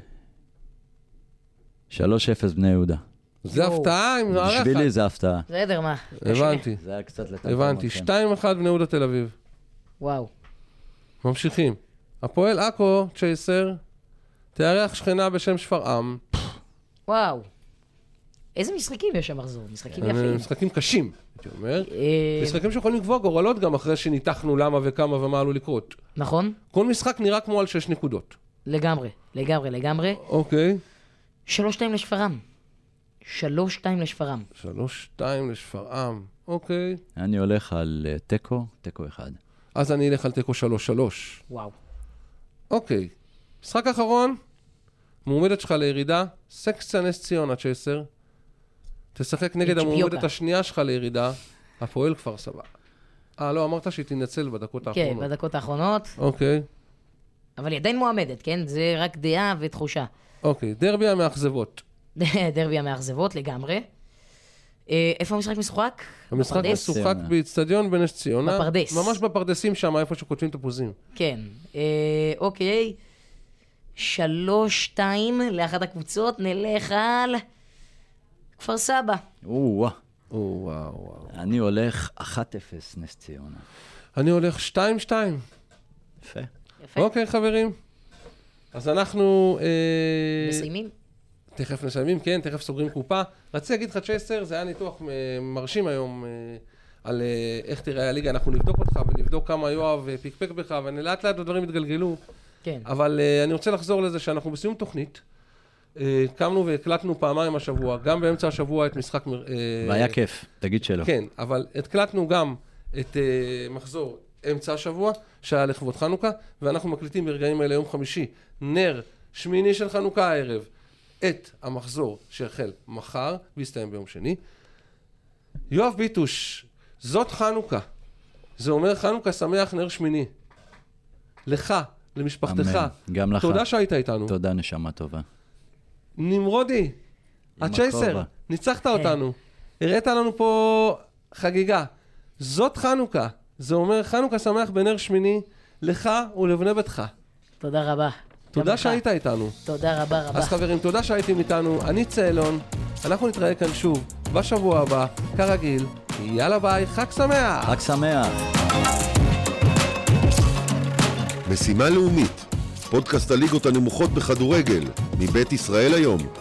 3-0 בני יהודה. זה יואו. הפתעה עם הערכה. בשבילי זה הפתעה. בסדר, מה? הבנתי. זה היה קצת לטפל. הבנתי. 2-1 בני יהודה תל אביב. וואו. ממשיכים. הפועל עכו, צ'ייסר, תארח שכנה בשם שפרעם. וואו. איזה משחקים יש שם מחזור? משחקים יפים. משחקים קשים, הייתי אומר. משחקים שיכולים לקבוע גורלות גם אחרי שניתחנו למה וכמה ומה עלו לקרות. נכון? כל משחק נראה כמו על 6 נקודות. לגמרי. אוקיי. 3-2 לשפרעם. 3-2 לשפרעם. 3-2 לשפרעם. אוקיי. אני הולך על תיקו 1. אז אני אלך על תיקו 3-3. וואו. אוקיי. משחק אחרון. מועמדת שלך לירידה. סקסיה נס ציונה, צ'ייסר. תשחק נגד המועמדת השנייה שלך לירידה. הפועל כפר סבא. לא, אמרת שהיא תנצל בדקות האחרונות. כן, בדקות האחרונות. אוקיי. אבל היא עדיין מועמדת, כן? זה רק דעה ותחושה. אוקיי. דרבי המאכזבות. דרבי המאכזבות לגמרי. איפה המשחק משוחק? המשחק בפרדס? משוחק באצטדיון בנס ציונה. בפרדס. ממש בפרדסים שם, איפה שכותבים תפוזים. כן. אוקיי. 3-2 לאחת הקבוצות, נלך על כפר סבא. וואו. אני הולך 1-0 נס ציונה. אני הולך 2-2. יפה. יפה. אוקיי, חברים. אז אנחנו... מסיימים? תכף נסיימים, כן, תכף סוגרים קופה. רציתי להגיד לך, צ'ייסר, זה היה ניתוח מרשים היום על איך תראה הליגה. אנחנו נבדוק אותך ונבדוק כמה יואב פיקפק בך, ולאט לאט הדברים יתגלגלו. כן. אבל אני רוצה לחזור לזה שאנחנו בסיום תוכנית. קמנו והקלטנו פעמיים השבוע, גם באמצע השבוע את משחק... והיה כיף, תגיד שלא. כן, אבל הקלטנו גם את מחזור אמצע השבוע, שהיה לכבוד חנוכה, ואנחנו מקליטים ברגעים האלה יום חמישי, נר שמיני של חנוכה הערב, את המחזור שהחל מחר, והסתיים ביום שני. יואב ביטוש, זאת חנוכה. זה אומר חנוכה שמח נר שמיני. לך, למשפחתך. אמן. גם לך. תודה שהיית איתנו. תודה, נשמה טובה. נמרודי, הצ'ייסר, ניצחת אותנו. הראית לנו פה חגיגה. זאת חנוכה. זה אומר חנוכה שמח בנר שמיני, לך ולבני ביתך. תודה רבה. תודה שהיית איתנו. תודה רבה. אז חברים, תודה שהייתם איתנו. אני צאלון. אנחנו נתראה כאן שוב בשבוע הבא, כרגיל. יאללה ביי, חג שמח. חג שמח. משימה לאומית, פודקאסט הליגות הנמוכות בכדורגל, מבית ישראל היום.